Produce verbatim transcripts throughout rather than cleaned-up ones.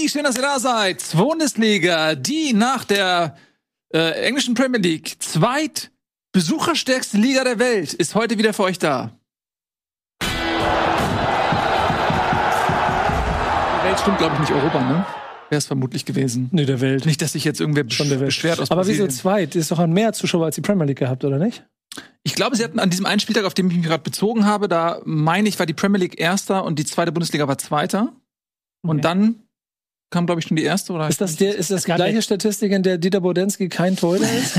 Hey, schön, dass ihr da seid. Bundesliga, die nach der äh, englischen Premier League zweitbesucherstärkste Liga der Welt, ist heute wieder für euch da. Die Welt stimmt, glaube ich, nicht Europa, ne? Wäre es vermutlich gewesen. Nee, der Welt. Nicht, dass sich jetzt irgendwer besch- der Welt. beschwert aus Aber Brasilien. wieso zweit? Die ist doch an mehr Zuschauer als die Premier League gehabt, oder nicht? Ich glaube, sie hatten an diesem einen Spieltag, auf den ich mich gerade bezogen habe, da meine ich, war die Premier League erster und die zweite Bundesliga war zweiter. Und Okay. dann kam, glaube ich, schon die erste, oder? Ist das, der, ist das die gar gleiche nicht. Statistik, in der Dieter Bodensky kein Torhüter ist?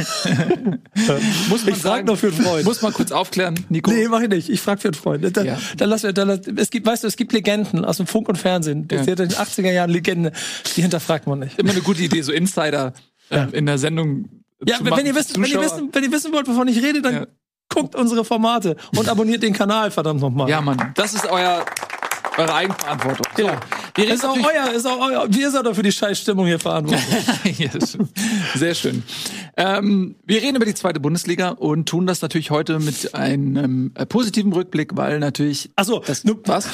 Muss man Ich frag nur für einen Freund. Muss man kurz aufklären, Nico? Nee, mach ich nicht. Ich frag für einen Freund. Dann, Ja. dann lass wir, dann lass, es gibt, weißt du, es gibt Legenden aus dem Funk und Fernsehen. Das Ja. sind in den achtziger Jahren Legenden. Die hinterfragt man nicht. Immer eine gute Idee, so Insider Ja. ähm, in der Sendung Ja, zu wenn, machen. ihr wisst, wenn, ihr Zuschauer. wissen, wenn ihr wissen wollt, wovon ich rede, dann Ja. guckt unsere Formate und abonniert den Kanal, verdammt nochmal. Ja, Mann, das ist euer, eure Eigenverantwortung. So, Ja. wir reden Ist auch natürlich- euer, ist auch euer. Wir sind doch für die Scheißstimmung hier verantwortlich. Ja, das stimmt. Sehr schön. Ähm, wir reden über die zweite Bundesliga und tun das natürlich heute mit einem äh, positiven Rückblick, weil natürlich. Achso, Das, nu- was?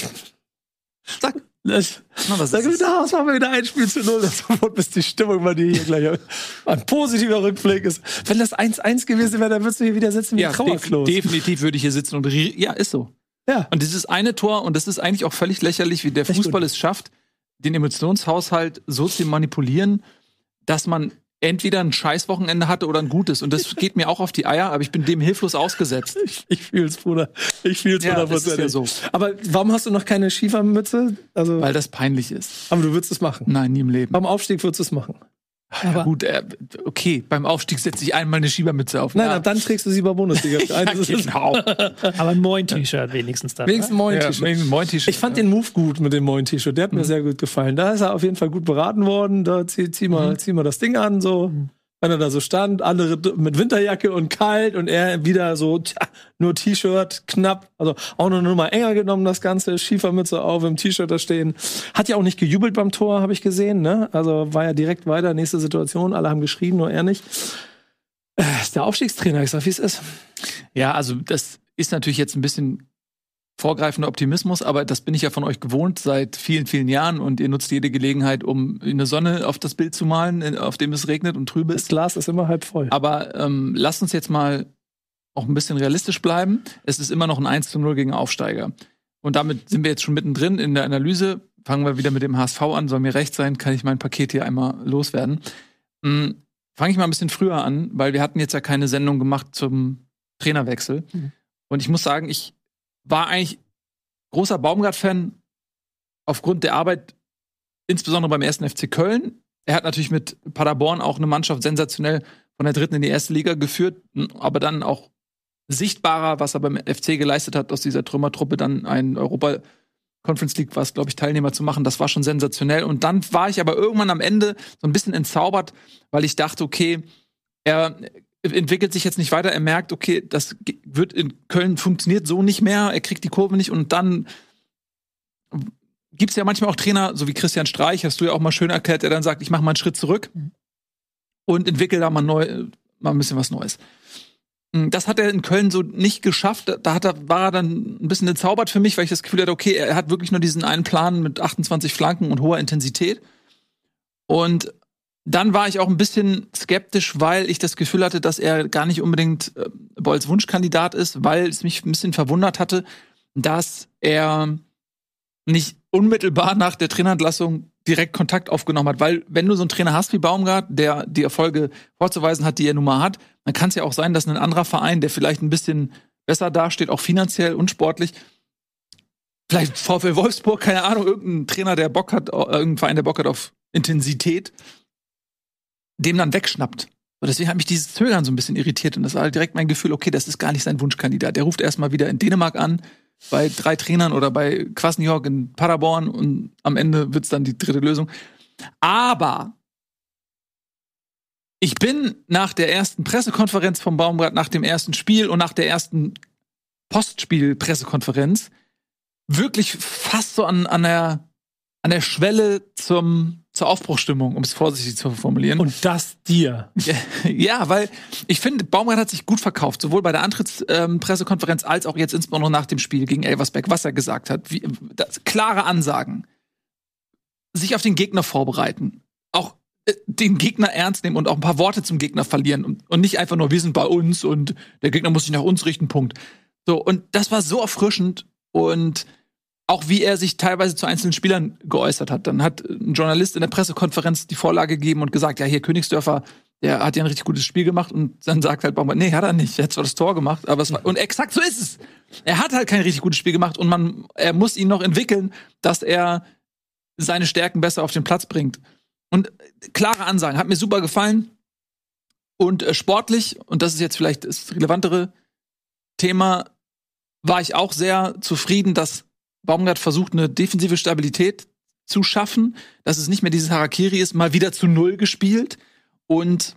Sag. Das, Na, was da ist gibt es? es machen wir wieder ein Spiel zu null. Das sofort bis die Stimmung bei dir hier gleich ein positiver Rückblick ist. Wenn das eins eins gewesen wäre, dann würdest du hier wieder sitzen wie Ja, ein def Trauerklos. definitiv würde ich hier sitzen und ri- ja, ist so. Ja. Und dieses eine Tor, und das ist eigentlich auch völlig lächerlich, wie der Echt Fußball gut. es schafft, den Emotionshaushalt so zu manipulieren, dass man entweder ein Scheißwochenende hatte oder ein gutes. Und das geht mir auch auf die Eier, aber ich bin dem hilflos ausgesetzt. Ich, ich fühl's, Bruder. Ich fühl's Ja, das ist hundertprozentig. ja so. Aber warum hast du noch keine Schiefermütze? Also, Weil das peinlich ist. aber du würdest es machen. Nein, nie im Leben. Beim Aufstieg würdest du es machen. Ja, gut, äh, okay, beim Aufstieg setze ich einmal eine Schiebermütze auf. Nein, ja. ab dann trägst du sie bei Bundesliga. Ja, Das ist- genau. Aber ein Moin-T-Shirt wenigstens dann. Wenigstens ein Moin Ja, T-Shirt. ein Moin-T-Shirt. Ich fand den Move gut mit dem neuen T-Shirt. Der hat mir sehr gut gefallen. Da ist er auf jeden Fall gut beraten worden. Da zieh, zieh, mal, zieh mal das Ding an, so. Wenn er da so stand, andere d- mit Winterjacke und kalt und er wieder so, tja, nur T-Shirt, knapp. Also auch noch eine Nummer enger genommen, das Ganze. Schiefermütze auf, im T-Shirt da stehen. Hat ja auch nicht gejubelt beim Tor, habe ich gesehen, ne? Also war ja direkt weiter, nächste Situation. Alle haben geschrien, nur er nicht. Äh, ist der Aufstiegstrainer, ich sag, wie es ist. Ja, also das ist natürlich jetzt ein bisschen vorgreifender Optimismus, aber das bin ich ja von euch gewohnt seit vielen, vielen Jahren und ihr nutzt jede Gelegenheit, um eine Sonne auf das Bild zu malen, auf dem es regnet und trübe Das ist. Glas ist immer halb voll. Aber ähm, lasst uns jetzt mal auch ein bisschen realistisch bleiben. Es ist immer noch ein eins zu null gegen Aufsteiger. Und damit sind wir jetzt schon mittendrin in der Analyse. Fangen wir wieder mit dem H S V an. Soll mir recht sein, kann ich mein Paket hier einmal loswerden. Hm, fange ich mal ein bisschen früher an, weil wir hatten jetzt ja keine Sendung gemacht zum Trainerwechsel. Mhm. Und ich muss sagen, ich war eigentlich großer Baumgart-Fan aufgrund der Arbeit, insbesondere beim ersten F C Köln. Er hat natürlich mit Paderborn auch eine Mannschaft sensationell von der dritten in die erste Liga geführt, aber dann auch sichtbarer, was er beim F C geleistet hat, aus dieser Trümmertruppe dann ein Europa Conference League, was glaube ich Teilnehmer zu machen, das war schon sensationell. Und dann war ich aber irgendwann am Ende so ein bisschen entzaubert, weil ich dachte, okay, er entwickelt sich jetzt nicht weiter, er merkt, okay, das wird in Köln funktioniert so nicht mehr, er kriegt die Kurve nicht und dann gibt's ja manchmal auch Trainer, so wie Christian Streich, hast du ja auch mal schön erklärt, der dann sagt, ich mache mal einen Schritt zurück und entwickle da mal neu, mal ein bisschen was Neues. Das hat er in Köln so nicht geschafft. Da hat er, war er dann ein bisschen entzaubert für mich, weil ich das Gefühl hatte, okay, er hat wirklich nur diesen einen Plan mit achtundzwanzig Flanken und hoher Intensität. Und dann war ich auch ein bisschen skeptisch, weil ich das Gefühl hatte, dass er gar nicht unbedingt äh, Bolls Wunschkandidat ist, weil es mich ein bisschen verwundert hatte, dass er nicht unmittelbar nach der Trainerentlassung direkt Kontakt aufgenommen hat. Weil wenn du so einen Trainer hast wie Baumgart, der die Erfolge vorzuweisen hat, die er nun mal hat, dann kann es ja auch sein, dass ein anderer Verein, der vielleicht ein bisschen besser dasteht, auch finanziell und sportlich, vielleicht VfL Wolfsburg, keine Ahnung, irgendein Trainer, der Bock hat, irgendein Verein, der Bock hat auf Intensität, dem dann wegschnappt. Und deswegen hat mich dieses Zögern so ein bisschen irritiert. Und das war halt direkt mein Gefühl, okay, das ist gar nicht sein Wunschkandidat. Der ruft erstmal wieder in Dänemark an, bei drei Trainern oder bei Kwasniok in Paderborn und am Ende wird's dann die dritte Lösung. Aber ich bin nach der ersten Pressekonferenz vom Baumgart, nach dem ersten Spiel und nach der ersten Postspiel-Pressekonferenz wirklich fast so an, an, der, an der Schwelle zum, zur Aufbruchsstimmung, um es vorsichtig zu formulieren. Und das dir. Ja, weil ich finde, Baumgart hat sich gut verkauft, sowohl bei der Antrittspressekonferenz ähm, als auch jetzt insbesondere nach dem Spiel gegen Elversberg, was er gesagt hat. Wie, das, klare Ansagen. sich auf den Gegner vorbereiten. Auch äh, den Gegner ernst nehmen und auch ein paar Worte zum Gegner verlieren. Und, und nicht einfach nur, wir sind bei uns und der Gegner muss sich nach uns richten, Punkt. So, und das war so erfrischend. Und auch wie er sich teilweise zu einzelnen Spielern geäußert hat. Dann hat ein Journalist in der Pressekonferenz die Vorlage gegeben und gesagt, ja, hier Königsdörfer, der hat ja ein richtig gutes Spiel gemacht. Und dann sagt halt Baumgart, nee, hat er nicht. Er hat zwar das Tor gemacht, aber es war, und exakt so ist es. Er hat halt kein richtig gutes Spiel gemacht und man, er muss ihn noch entwickeln, dass er seine Stärken besser auf den Platz bringt. Und klare Ansagen, hat mir super gefallen. Und äh, sportlich, und das ist jetzt vielleicht das relevantere Thema, war ich auch sehr zufrieden, dass Baumgart versucht, eine defensive Stabilität zu schaffen, dass es nicht mehr dieses Harakiri ist, mal wieder zu Null gespielt. Und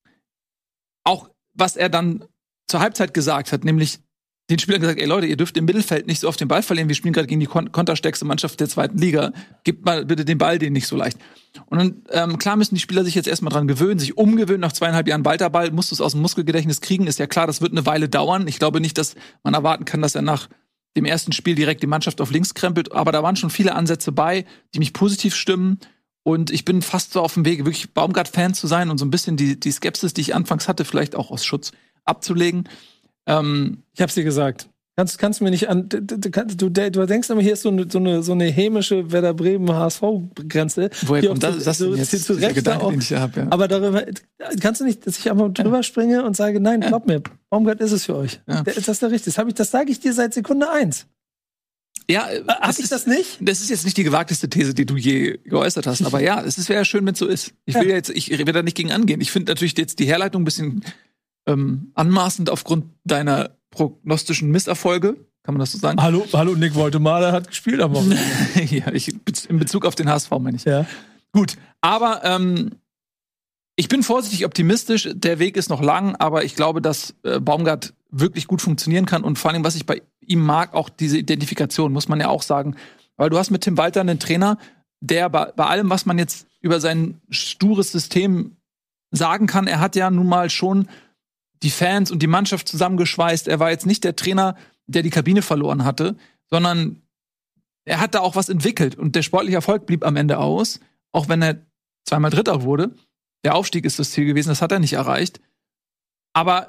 auch, was er dann zur Halbzeit gesagt hat, nämlich den Spielern gesagt, ey Leute, ihr dürft im Mittelfeld nicht so oft den Ball verlieren, wir spielen gerade gegen die kon- konterstärkste Mannschaft der zweiten Liga, gebt mal bitte den Ball denen nicht so leicht. Und dann, ähm, klar müssen die Spieler sich jetzt erstmal dran gewöhnen, sich umgewöhnen, nach zweieinhalb Jahren Walterball, musst du es aus dem Muskelgedächtnis kriegen, ist ja klar, das wird eine Weile dauern. Ich glaube nicht, dass man erwarten kann, dass er nach dem ersten Spiel direkt die Mannschaft auf links krempelt, aber da waren schon viele Ansätze bei, die mich positiv stimmen. Und ich bin fast so auf dem Weg, wirklich Baumgart-Fan zu sein und so ein bisschen die, die Skepsis, die ich anfangs hatte, vielleicht auch aus Schutz abzulegen. Ähm, ich hab's dir gesagt. Kannst, kannst du mir nicht an. Du, du, du denkst immer, hier ist so eine, so eine, so eine hämische Werder Bremen-H S V-Grenze. Woher kommt das? Das so, jetzt zu der Recht Gedanke, auch. den ich hier habe. Ja. Aber darüber kannst du nicht, dass ich einfach drüber springe und sage, nein, glaub mir, Baumgart ist es für euch. Ja. Der, ist das der richtig? Das, hab ich, das sage ich dir seit Sekunde eins. Ja, äh, hab ich das nicht? Das ist jetzt nicht die gewagteste These, die du je geäußert hast, aber ja, es wäre ja schön, wenn es so ist. Ich will ja. jetzt, ich will da nicht gegen angehen. Ich finde natürlich jetzt die Herleitung ein bisschen ähm, anmaßend aufgrund deiner prognostischen Misserfolge. Kann man das so sagen? Hallo, hallo, Nick Woltemade hat gespielt am Wochenende. Ja, ich, in Bezug auf den H S V meine ich. Ja. Gut, aber ähm, ich bin vorsichtig optimistisch. Der Weg ist noch lang, aber ich glaube, dass äh, Baumgart wirklich gut funktionieren kann und vor allem, was ich bei ihm mag, auch diese Identifikation, muss man ja auch sagen. Weil du hast mit Tim Walter einen Trainer, der bei, bei allem, was man jetzt über sein stures System sagen kann, er hat ja nun mal schon die Fans und die Mannschaft zusammengeschweißt. Er war jetzt nicht der Trainer, der die Kabine verloren hatte, sondern er hat da auch was entwickelt. Und der sportliche Erfolg blieb am Ende aus, auch wenn er zweimal Dritter wurde. Der Aufstieg ist das Ziel gewesen, das hat er nicht erreicht. Aber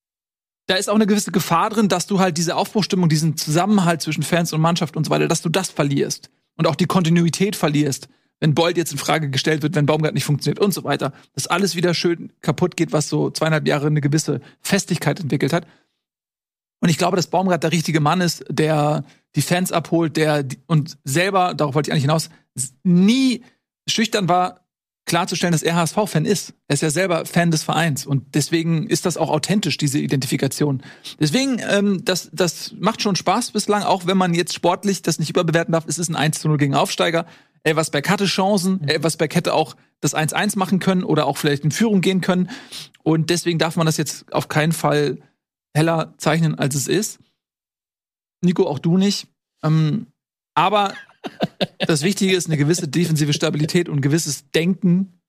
da ist auch eine gewisse Gefahr drin, dass du halt diese Aufbruchstimmung, diesen Zusammenhalt zwischen Fans und Mannschaft und so weiter, dass du das verlierst. Und auch die Kontinuität verlierst, wenn Bold jetzt in Frage gestellt wird, wenn Baumgart nicht funktioniert und so weiter. Dass alles wieder schön kaputt geht, was so zweieinhalb Jahre eine gewisse Festigkeit entwickelt hat. Und ich glaube, dass Baumgart der richtige Mann ist, der die Fans abholt, der und selber, darauf wollte ich eigentlich hinaus, nie schüchtern war, klarzustellen, dass er H S V-Fan ist. Er ist ja selber Fan des Vereins. Und deswegen ist das auch authentisch, diese Identifikation. Deswegen, ähm, das, das macht schon Spaß bislang, auch wenn man jetzt sportlich das nicht überbewerten darf. Es ist ein eins zu null gegen Aufsteiger. Elversberg hatte Chancen. Elversberg hätte auch das eins eins machen können oder auch vielleicht in Führung gehen können. Und deswegen darf man das jetzt auf keinen Fall heller zeichnen, als es ist. Nico, auch du nicht. Ähm, aber das Wichtige ist eine gewisse defensive Stabilität und ein gewisses Denken.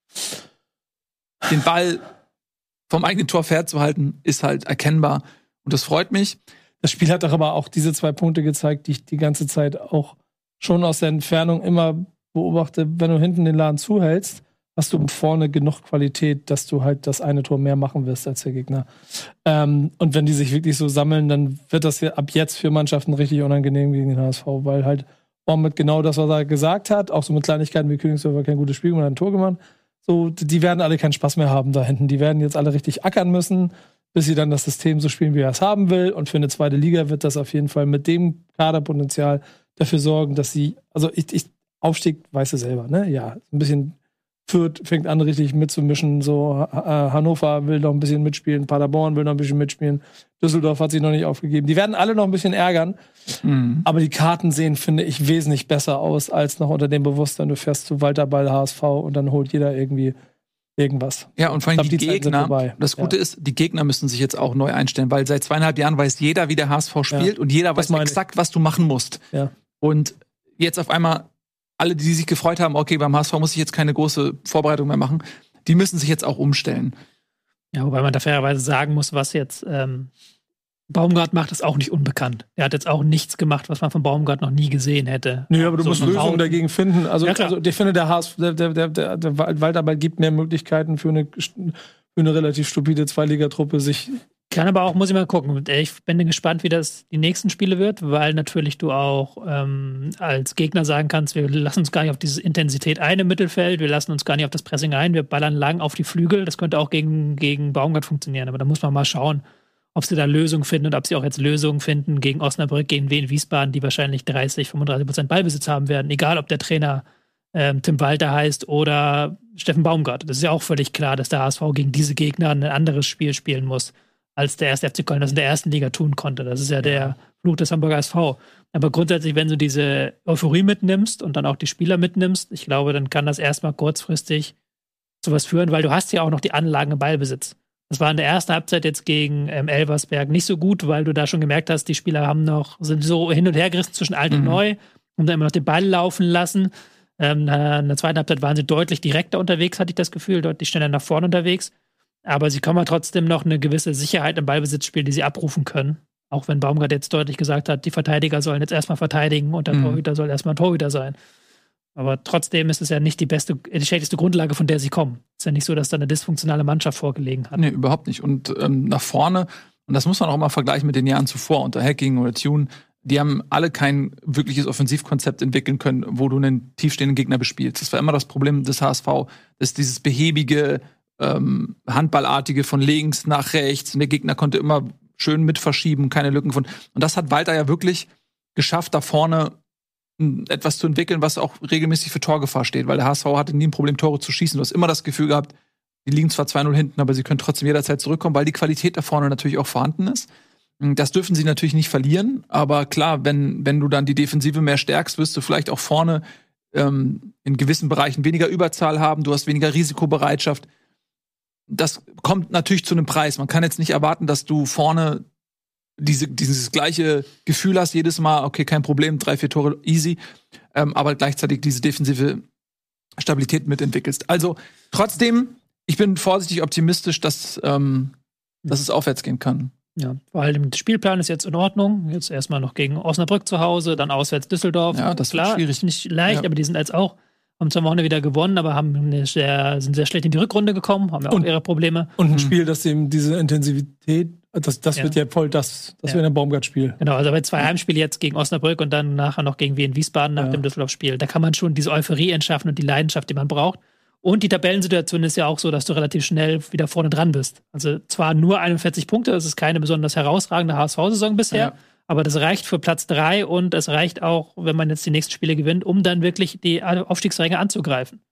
Den Ball vom eigenen Tor fernzuhalten, ist halt erkennbar. Und das freut mich. Das Spiel hat doch aber auch diese zwei Punkte gezeigt, die ich die ganze Zeit auch schon aus der Entfernung immer beobachte. Wenn du hinten den Laden zuhältst, hast du vorne genug Qualität, dass du halt das eine Tor mehr machen wirst als der Gegner. Ähm, und wenn die sich wirklich so sammeln, dann wird das ja ab jetzt für Mannschaften richtig unangenehm gegen den H S V, weil halt mit genau das, was er gesagt hat, auch so mit Kleinigkeiten wie Königsdörfer kein gutes Spiel gemacht, ein Tor gemacht. So, die werden alle keinen Spaß mehr haben da hinten. Die werden jetzt alle richtig ackern müssen, bis sie dann das System so spielen, wie er es haben will. Und für eine zweite Liga wird das auf jeden Fall mit dem Kaderpotenzial dafür sorgen, dass sie, also ich, ich Aufstieg, weißt du selber, ne? Ja, ein bisschen Fürth fängt an, richtig mitzumischen. So, äh, Hannover will noch ein bisschen mitspielen, Paderborn will noch ein bisschen mitspielen, Düsseldorf hat sich noch nicht aufgegeben. Die werden alle noch ein bisschen ärgern. Mhm. Aber die Karten sehen, finde ich, wesentlich besser aus, als noch unter dem Bewusstsein, du fährst zu Walterball H S V und dann holt jeder irgendwie irgendwas. Ja, und vor allem die, die Gegner, das Gute ja. ist, die Gegner müssen sich jetzt auch neu einstellen, weil seit zweieinhalb Jahren weiß jeder, wie der H S V spielt ja. und jeder weiß exakt, was du machen musst. Ja. Und jetzt auf einmal alle, die sich gefreut haben, okay, beim H S V muss ich jetzt keine große Vorbereitung mehr machen, die müssen sich jetzt auch umstellen. Ja, wobei man da fairerweise sagen muss, was jetzt ähm, Baumgart macht es auch nicht unbekannt. Er hat jetzt auch nichts gemacht, was man von Baumgart noch nie gesehen hätte. Nö, aber du so musst Lösungen dagegen finden. Also, ja, also ich finde, der H S, der, der, der, der Waldarbeit gibt mehr Möglichkeiten für eine, für eine relativ stupide Zweiligatruppe, sich. Kann aber auch, muss ich mal gucken. Ich bin gespannt, wie das die nächsten Spiele wird, weil natürlich du auch ähm, als Gegner sagen kannst, wir lassen uns gar nicht auf diese Intensität ein im Mittelfeld, wir lassen uns gar nicht auf das Pressing ein, wir ballern lang auf die Flügel. Das könnte auch gegen, gegen Baumgart funktionieren, aber da muss man mal schauen, ob sie da Lösungen finden und ob sie auch jetzt Lösungen finden gegen Osnabrück, gegen Wien Wiesbaden, die wahrscheinlich dreißig, fünfunddreißig Prozent Ballbesitz haben werden, egal ob der Trainer ähm, Tim Walter heißt oder Steffen Baumgart. Das ist ja auch völlig klar, dass der H S V gegen diese Gegner ein anderes Spiel spielen muss, als der erste F C Köln das in der ersten Liga tun konnte. Das ist ja der Fluch des Hamburger S V. Aber grundsätzlich, wenn du diese Euphorie mitnimmst und dann auch die Spieler mitnimmst, ich glaube, dann kann das erstmal kurzfristig zu was führen, weil du hast ja auch noch die Anlagen im Ballbesitz. Das war in der ersten Halbzeit jetzt gegen ähm, Elversberg nicht so gut, weil du da schon gemerkt hast, die Spieler haben noch, sind so hin und her gerissen zwischen alt und Mhm. neu und dann immer noch den Ball laufen lassen. Ähm, in der zweiten Halbzeit waren sie deutlich direkter unterwegs, hatte ich das Gefühl, deutlich schneller nach vorne unterwegs. Aber sie können ja trotzdem noch eine gewisse Sicherheit im Ballbesitzspiel, die sie abrufen können. Auch wenn Baumgart jetzt deutlich gesagt hat, die Verteidiger sollen jetzt erstmal verteidigen und der Mhm. Torhüter soll erstmal Torhüter sein. Aber trotzdem ist es ja nicht die beste, die schlechteste Grundlage, von der sie kommen. Es ist ja nicht so, dass da eine dysfunktionale Mannschaft vorgelegen hat. Nee, überhaupt nicht. Und ähm, nach vorne, und das muss man auch mal vergleichen mit den Jahren zuvor, unter Hacking oder Tune, die haben alle kein wirkliches Offensivkonzept entwickeln können, wo du einen tiefstehenden Gegner bespielst. Das war immer das Problem des H S V, dass dieses behäbige, ähm, handballartige von links nach rechts und der Gegner konnte immer schön mit verschieben, keine Lücken von. Und das hat Walter ja wirklich geschafft, da vorne m, etwas zu entwickeln, was auch regelmäßig für Torgefahr steht, weil der H S V hatte nie ein Problem, Tore zu schießen. Du hast immer das Gefühl gehabt, die liegen zwar zwei null hinten, aber sie können trotzdem jederzeit zurückkommen, weil die Qualität da vorne natürlich auch vorhanden ist. Das dürfen sie natürlich nicht verlieren, aber klar, wenn, wenn du dann die Defensive mehr stärkst, wirst du vielleicht auch vorne ähm, in gewissen Bereichen weniger Überzahl haben, du hast weniger Risikobereitschaft. Das kommt natürlich zu einem Preis. Man kann jetzt nicht erwarten, dass du vorne diese, dieses gleiche Gefühl hast, jedes Mal, okay, kein Problem, drei, vier Tore, easy, ähm, aber gleichzeitig diese defensive Stabilität mitentwickelst. Also trotzdem, ich bin vorsichtig optimistisch, dass, ähm, dass es aufwärts gehen kann. Ja, vor allem der Spielplan ist jetzt in Ordnung. Jetzt erstmal noch gegen Osnabrück zu Hause, dann auswärts Düsseldorf. Ja, das wird Klar, schwierig. ist nicht leicht, Ja. aber die sind jetzt auch, haben zwar Woche wieder gewonnen, aber haben eine sehr, sind sehr schlecht in die Rückrunde gekommen, haben ja auch Und- ihre Probleme. Und ein Mhm. Spiel, das eben diese Intensivität, das, das Ja. wird ja voll das, das Ja. wäre ein Baumgart-Spiel. Genau, also bei zwei Heimspiele jetzt gegen Osnabrück und dann nachher noch gegen Wien Wiesbaden nach Ja. dem Düsseldorf-Spiel. Da kann man schon diese Euphorie entschaffen und die Leidenschaft, die man braucht. Und die Tabellensituation ist ja auch so, dass du relativ schnell wieder vorne dran bist. Also zwar nur einundvierzig Punkte, das ist keine besonders herausragende H S V-Saison bisher, Ja. aber das reicht für Platz drei und es reicht auch, wenn man jetzt die nächsten Spiele gewinnt, um dann wirklich die Aufstiegsränge anzugreifen.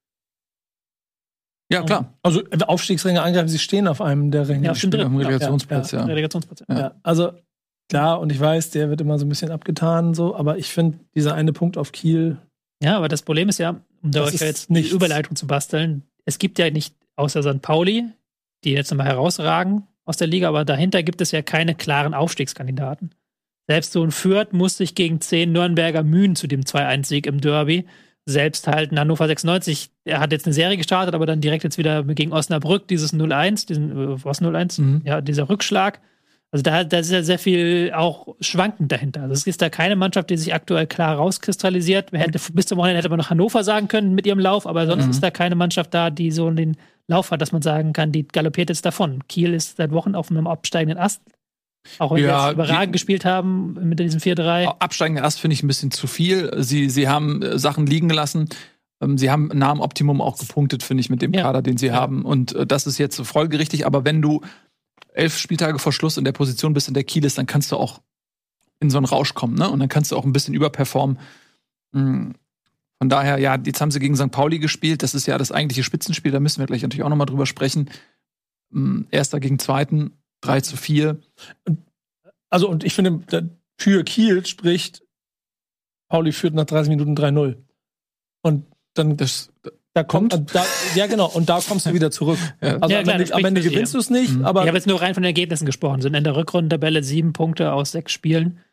Ja, klar. Also äh, Aufstiegsränge angreifen, sie stehen auf einem der Ränge. Ja, Ich bin am Relegationsplatz, ja. Relegationsplatz. Ja. Ja, also klar, und ich weiß, der wird immer so ein bisschen abgetan, so, aber ich finde, dieser eine Punkt auf Kiel. Ja, aber das Problem ist ja, um da Das euch ist jetzt eine nichts. Überleitung zu basteln, es gibt ja nicht außer Sankt Pauli, die jetzt nochmal herausragen aus der Liga, aber dahinter gibt es ja keine klaren Aufstiegskandidaten. Selbst so ein Fürth muss sich gegen zehn Nürnberger mühen zu dem zwei eins Sieg im Derby. Selbst halt ein Hannover sechsundneunzig, er hat jetzt eine Serie gestartet, aber dann direkt jetzt wieder gegen Osnabrück, dieses null eins, diesen, äh, was null eins? Mhm. Ja, dieser Rückschlag. Also da, da ist ja sehr viel auch schwankend dahinter. Also es ist da keine Mannschaft, die sich aktuell klar rauskristallisiert. Man hätte, bis zum Wochenende hätte man noch Hannover sagen können mit ihrem Lauf, aber sonst Mhm. ist da keine Mannschaft da, die so den Lauf hat, dass man sagen kann, die galoppiert jetzt davon. Kiel ist seit Wochen auf einem absteigenden Ast. Auch wenn Ja, wir jetzt überragend die- gespielt haben mit diesem vier drei. Absteigender Ast finde ich ein bisschen zu viel. Sie, sie haben äh, Sachen liegen gelassen. Ähm, Sie haben nah am Optimum auch gepunktet, finde ich, mit dem Ja. Kader, den sie haben. Und äh, das ist jetzt so folgerichtig. Aber wenn du elf Spieltage vor Schluss in der Position bist, in der Kiel ist, dann kannst du auch in so einen Rausch kommen, ne? Und dann kannst du auch ein bisschen überperformen. Mm. Von daher, ja, jetzt haben sie gegen Sankt Pauli gespielt. Das ist ja das eigentliche Spitzenspiel. Da müssen wir gleich natürlich auch noch mal drüber sprechen. Mm, Erster gegen Zweiten, drei zu vier. Also, und ich finde, da- für Kiel spricht, Pauli führt nach dreißig Minuten drei null. Und dann, Das, da kommt, kommt? da, ja genau, und da kommst du wieder zurück. Ja. Also Ja, am klar, Ende, das am Ende spricht für gewinnst sie, du es nicht, Mhm. aber Ich habe jetzt nur rein von den Ergebnissen gesprochen. Sind in der Rückrundentabelle sieben Punkte aus sechs Spielen.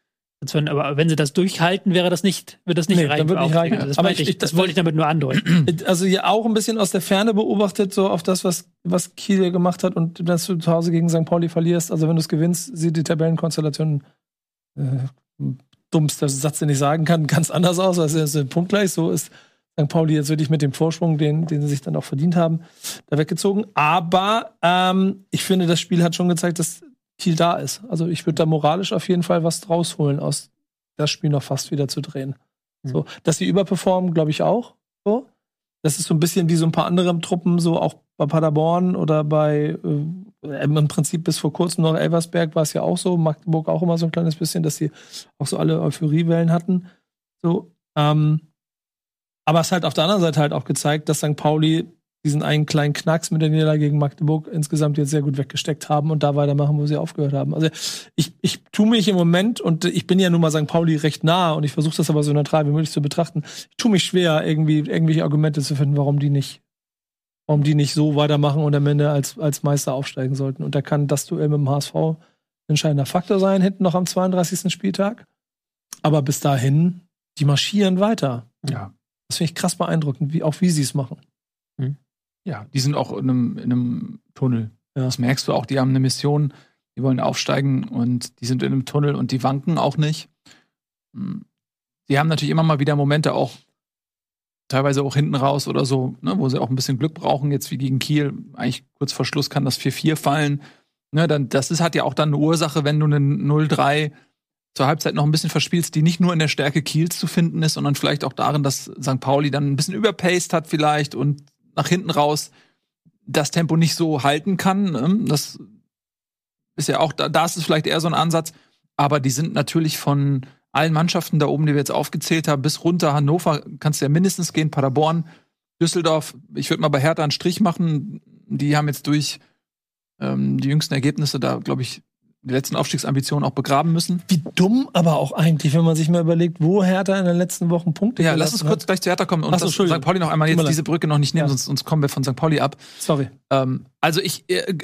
Aber wenn sie das durchhalten, wäre das nicht, wird das nicht Nee, reichen. dann wird nicht reichen. Das, Aber meinte ich- ich, das wollte ich damit nur andeuten. Also hier auch ein bisschen aus der Ferne beobachtet, so auf das, was, was Kiel gemacht hat und dass du zu Hause gegen Sankt Pauli verlierst. Also wenn du es gewinnst, sieht die Tabellenkonstellation äh, dummster Satz, den ich sagen kann, ganz anders aus. Also es ist punktgleich. So ist Sankt Pauli jetzt wirklich mit dem Vorsprung, den, den sie sich dann auch verdient haben, da weggezogen. Aber ähm, ich finde, das Spiel hat schon gezeigt, dass Kiel da ist. Also ich würde da moralisch auf jeden Fall was draus holen, aus das Spiel noch fast wieder zu drehen. Mhm. So, dass sie überperformen, glaube ich auch. So. Das ist so ein bisschen wie so ein paar andere Truppen, so auch bei Paderborn oder bei äh, im Prinzip bis vor kurzem noch Elversberg war es ja auch so, Magdeburg auch immer so ein kleines bisschen, dass sie auch so alle Euphoriewellen hatten. So, ähm, aber es hat auf der anderen Seite halt auch gezeigt, dass Sankt Pauli diesen einen kleinen Knacks mit der Niederlage gegen Magdeburg insgesamt jetzt sehr gut weggesteckt haben und da weitermachen, wo sie aufgehört haben. Also ich, ich tue mich im Moment, und ich bin ja nun mal Sankt Pauli recht nah und ich versuche das aber so neutral wie möglich zu betrachten, ich tue mich schwer, irgendwie irgendwelche Argumente zu finden, warum die nicht warum die nicht so weitermachen und am Ende als, als Meister aufsteigen sollten. Und da kann das Duell mit dem H S V ein entscheidender Faktor sein, hinten noch am zweiunddreißigsten Spieltag. Aber bis dahin, die marschieren weiter. Ja. Das finde ich krass beeindruckend, wie, auch wie sie es machen. Ja, die sind auch in einem, in einem Tunnel. Ja. Das merkst du auch, die haben eine Mission, die wollen aufsteigen und die sind in einem Tunnel und die wanken auch nicht. Die haben natürlich immer mal wieder Momente auch, teilweise auch hinten raus oder so, ne, wo sie auch ein bisschen Glück brauchen, jetzt wie gegen Kiel. Eigentlich kurz vor Schluss kann das vier vier fallen. Ne, dann, das ist, hat ja auch dann eine Ursache, wenn du einen null drei zur Halbzeit noch ein bisschen verspielst, die nicht nur in der Stärke Kiels zu finden ist, sondern vielleicht auch darin, dass Sankt Pauli dann ein bisschen überpaced hat vielleicht und nach hinten raus das Tempo nicht so halten kann. Das ist ja auch, da, da ist es vielleicht eher so ein Ansatz. Aber die sind natürlich von allen Mannschaften da oben, die wir jetzt aufgezählt haben, bis runter Hannover kannst du ja mindestens gehen, Paderborn, Düsseldorf. Ich würde mal bei Hertha einen Strich machen. Die haben jetzt durch ähm, die jüngsten Ergebnisse da, glaube ich, die letzten Aufstiegsambitionen auch begraben müssen. Wie dumm aber auch eigentlich, wenn man sich mal überlegt, wo Hertha in den letzten Wochen Punkte Ja, lass uns kurz hat. gleich zu Hertha kommen und so, das Sankt Pauli noch einmal Tut mir jetzt leid. diese Brücke noch nicht nehmen, Ja. sonst, sonst kommen wir von Sankt Pauli ab. Sorry. Ähm, also ich äh,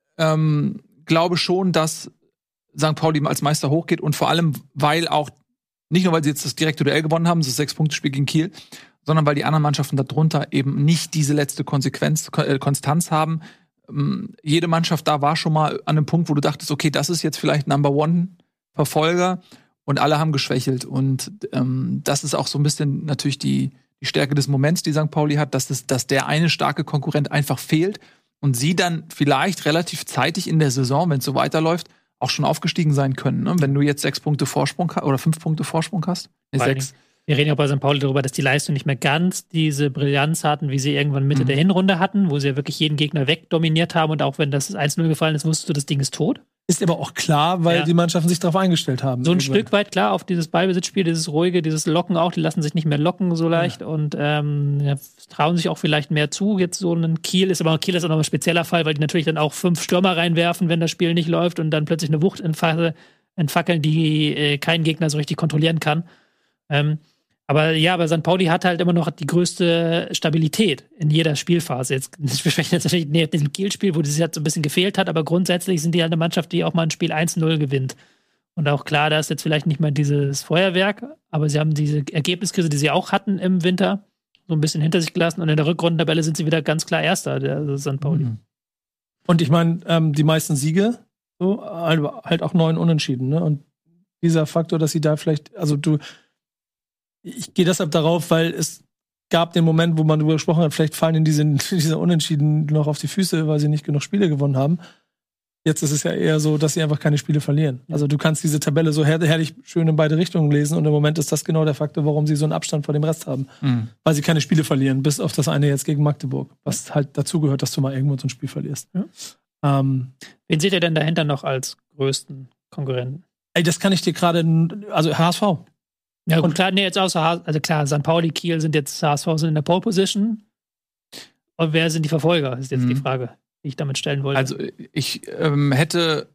ähm, glaube schon, dass Sankt Pauli als Meister hochgeht und vor allem, weil auch, nicht nur, weil sie jetzt das direkte Duell gewonnen haben, das Sechs-Punkte-Spiel gegen Kiel, sondern weil die anderen Mannschaften darunter eben nicht diese letzte Konsequenz, äh, Konstanz haben. Ähm, jede Mannschaft da war schon mal an einem Punkt, wo du dachtest, okay, das ist jetzt vielleicht Number One-Verfolger und alle haben geschwächelt. Und ähm, das ist auch so ein bisschen natürlich die, die Stärke des Moments, die Sankt Pauli hat, dass, das, dass der eine starke Konkurrent einfach fehlt und sie dann vielleicht relativ zeitig in der Saison, wenn es so weiterläuft, auch schon aufgestiegen sein können. Ne? Wenn du jetzt sechs Punkte Vorsprung ha- oder fünf Punkte Vorsprung hast. Nee, Vor allen sechs. Wir reden ja bei Sankt Pauli darüber, dass die Leistung nicht mehr ganz diese Brillanz hatten, wie sie irgendwann Mitte Mhm. der Hinrunde hatten, wo sie ja wirklich jeden Gegner wegdominiert haben und auch wenn das eins null gefallen ist, wusstest du, das Ding ist tot. Ist aber auch klar, weil Ja. die Mannschaften sich darauf eingestellt haben. So ein Irgendwann. Stück weit, klar, auf dieses Ballbesitzspiel, dieses ruhige, dieses Locken auch, die lassen sich nicht mehr locken so leicht und ähm, ja, trauen sich auch vielleicht mehr zu. Jetzt so ein Kiel ist, aber Kiel ist auch noch ein spezieller Fall, weil die natürlich dann auch fünf Stürmer reinwerfen, wenn das Spiel nicht läuft und dann plötzlich eine Wucht entfa- entfackeln, die äh, kein Gegner so richtig kontrollieren kann. Ähm, aber ja, aber Sankt Pauli hat halt immer noch die größte Stabilität in jeder Spielphase. Jetzt wir sprechen jetzt natürlich nicht dem Kiel-Spiel, wo das jetzt so ein bisschen gefehlt hat, aber grundsätzlich sind die halt eine Mannschaft, die auch mal ein Spiel eins null gewinnt. Und auch klar, da ist jetzt vielleicht nicht mehr dieses Feuerwerk, aber sie haben diese Ergebniskrise, die sie auch hatten im Winter, so ein bisschen hinter sich gelassen und in der Rückrundentabelle sind sie wieder ganz klar Erster, der also Sankt Pauli. Mhm. Und ich meine, ähm, die meisten Siege, so, halt, halt auch neun Unentschieden, ne? Und dieser Faktor, dass sie da vielleicht, also du, ich gehe deshalb darauf, weil es gab den Moment, wo man darüber gesprochen hat, vielleicht fallen in diese, diese Unentschieden noch auf die Füße, weil sie nicht genug Spiele gewonnen haben. Jetzt ist es ja eher so, dass sie einfach keine Spiele verlieren. Also du kannst diese Tabelle so her herrlich schön in beide Richtungen lesen und im Moment ist das genau der Faktor, warum sie so einen Abstand vor dem Rest haben. Mhm. Weil sie keine Spiele verlieren, bis auf das eine jetzt gegen Magdeburg, was halt dazugehört, dass du mal irgendwo so ein Spiel verlierst. Ja. Ähm, Wen seht ihr denn dahinter noch als größten Konkurrenten? ey, das kann ich dir gerade, also H S V. Ja, gut, Und- klar, nee, jetzt außer H- also klar, Sankt Pauli, Kiel sind jetzt H S V sind in der Pole Position. Und wer sind die Verfolger? Ist jetzt Mhm. die Frage, die ich damit stellen wollte. Also ich ähm, hätte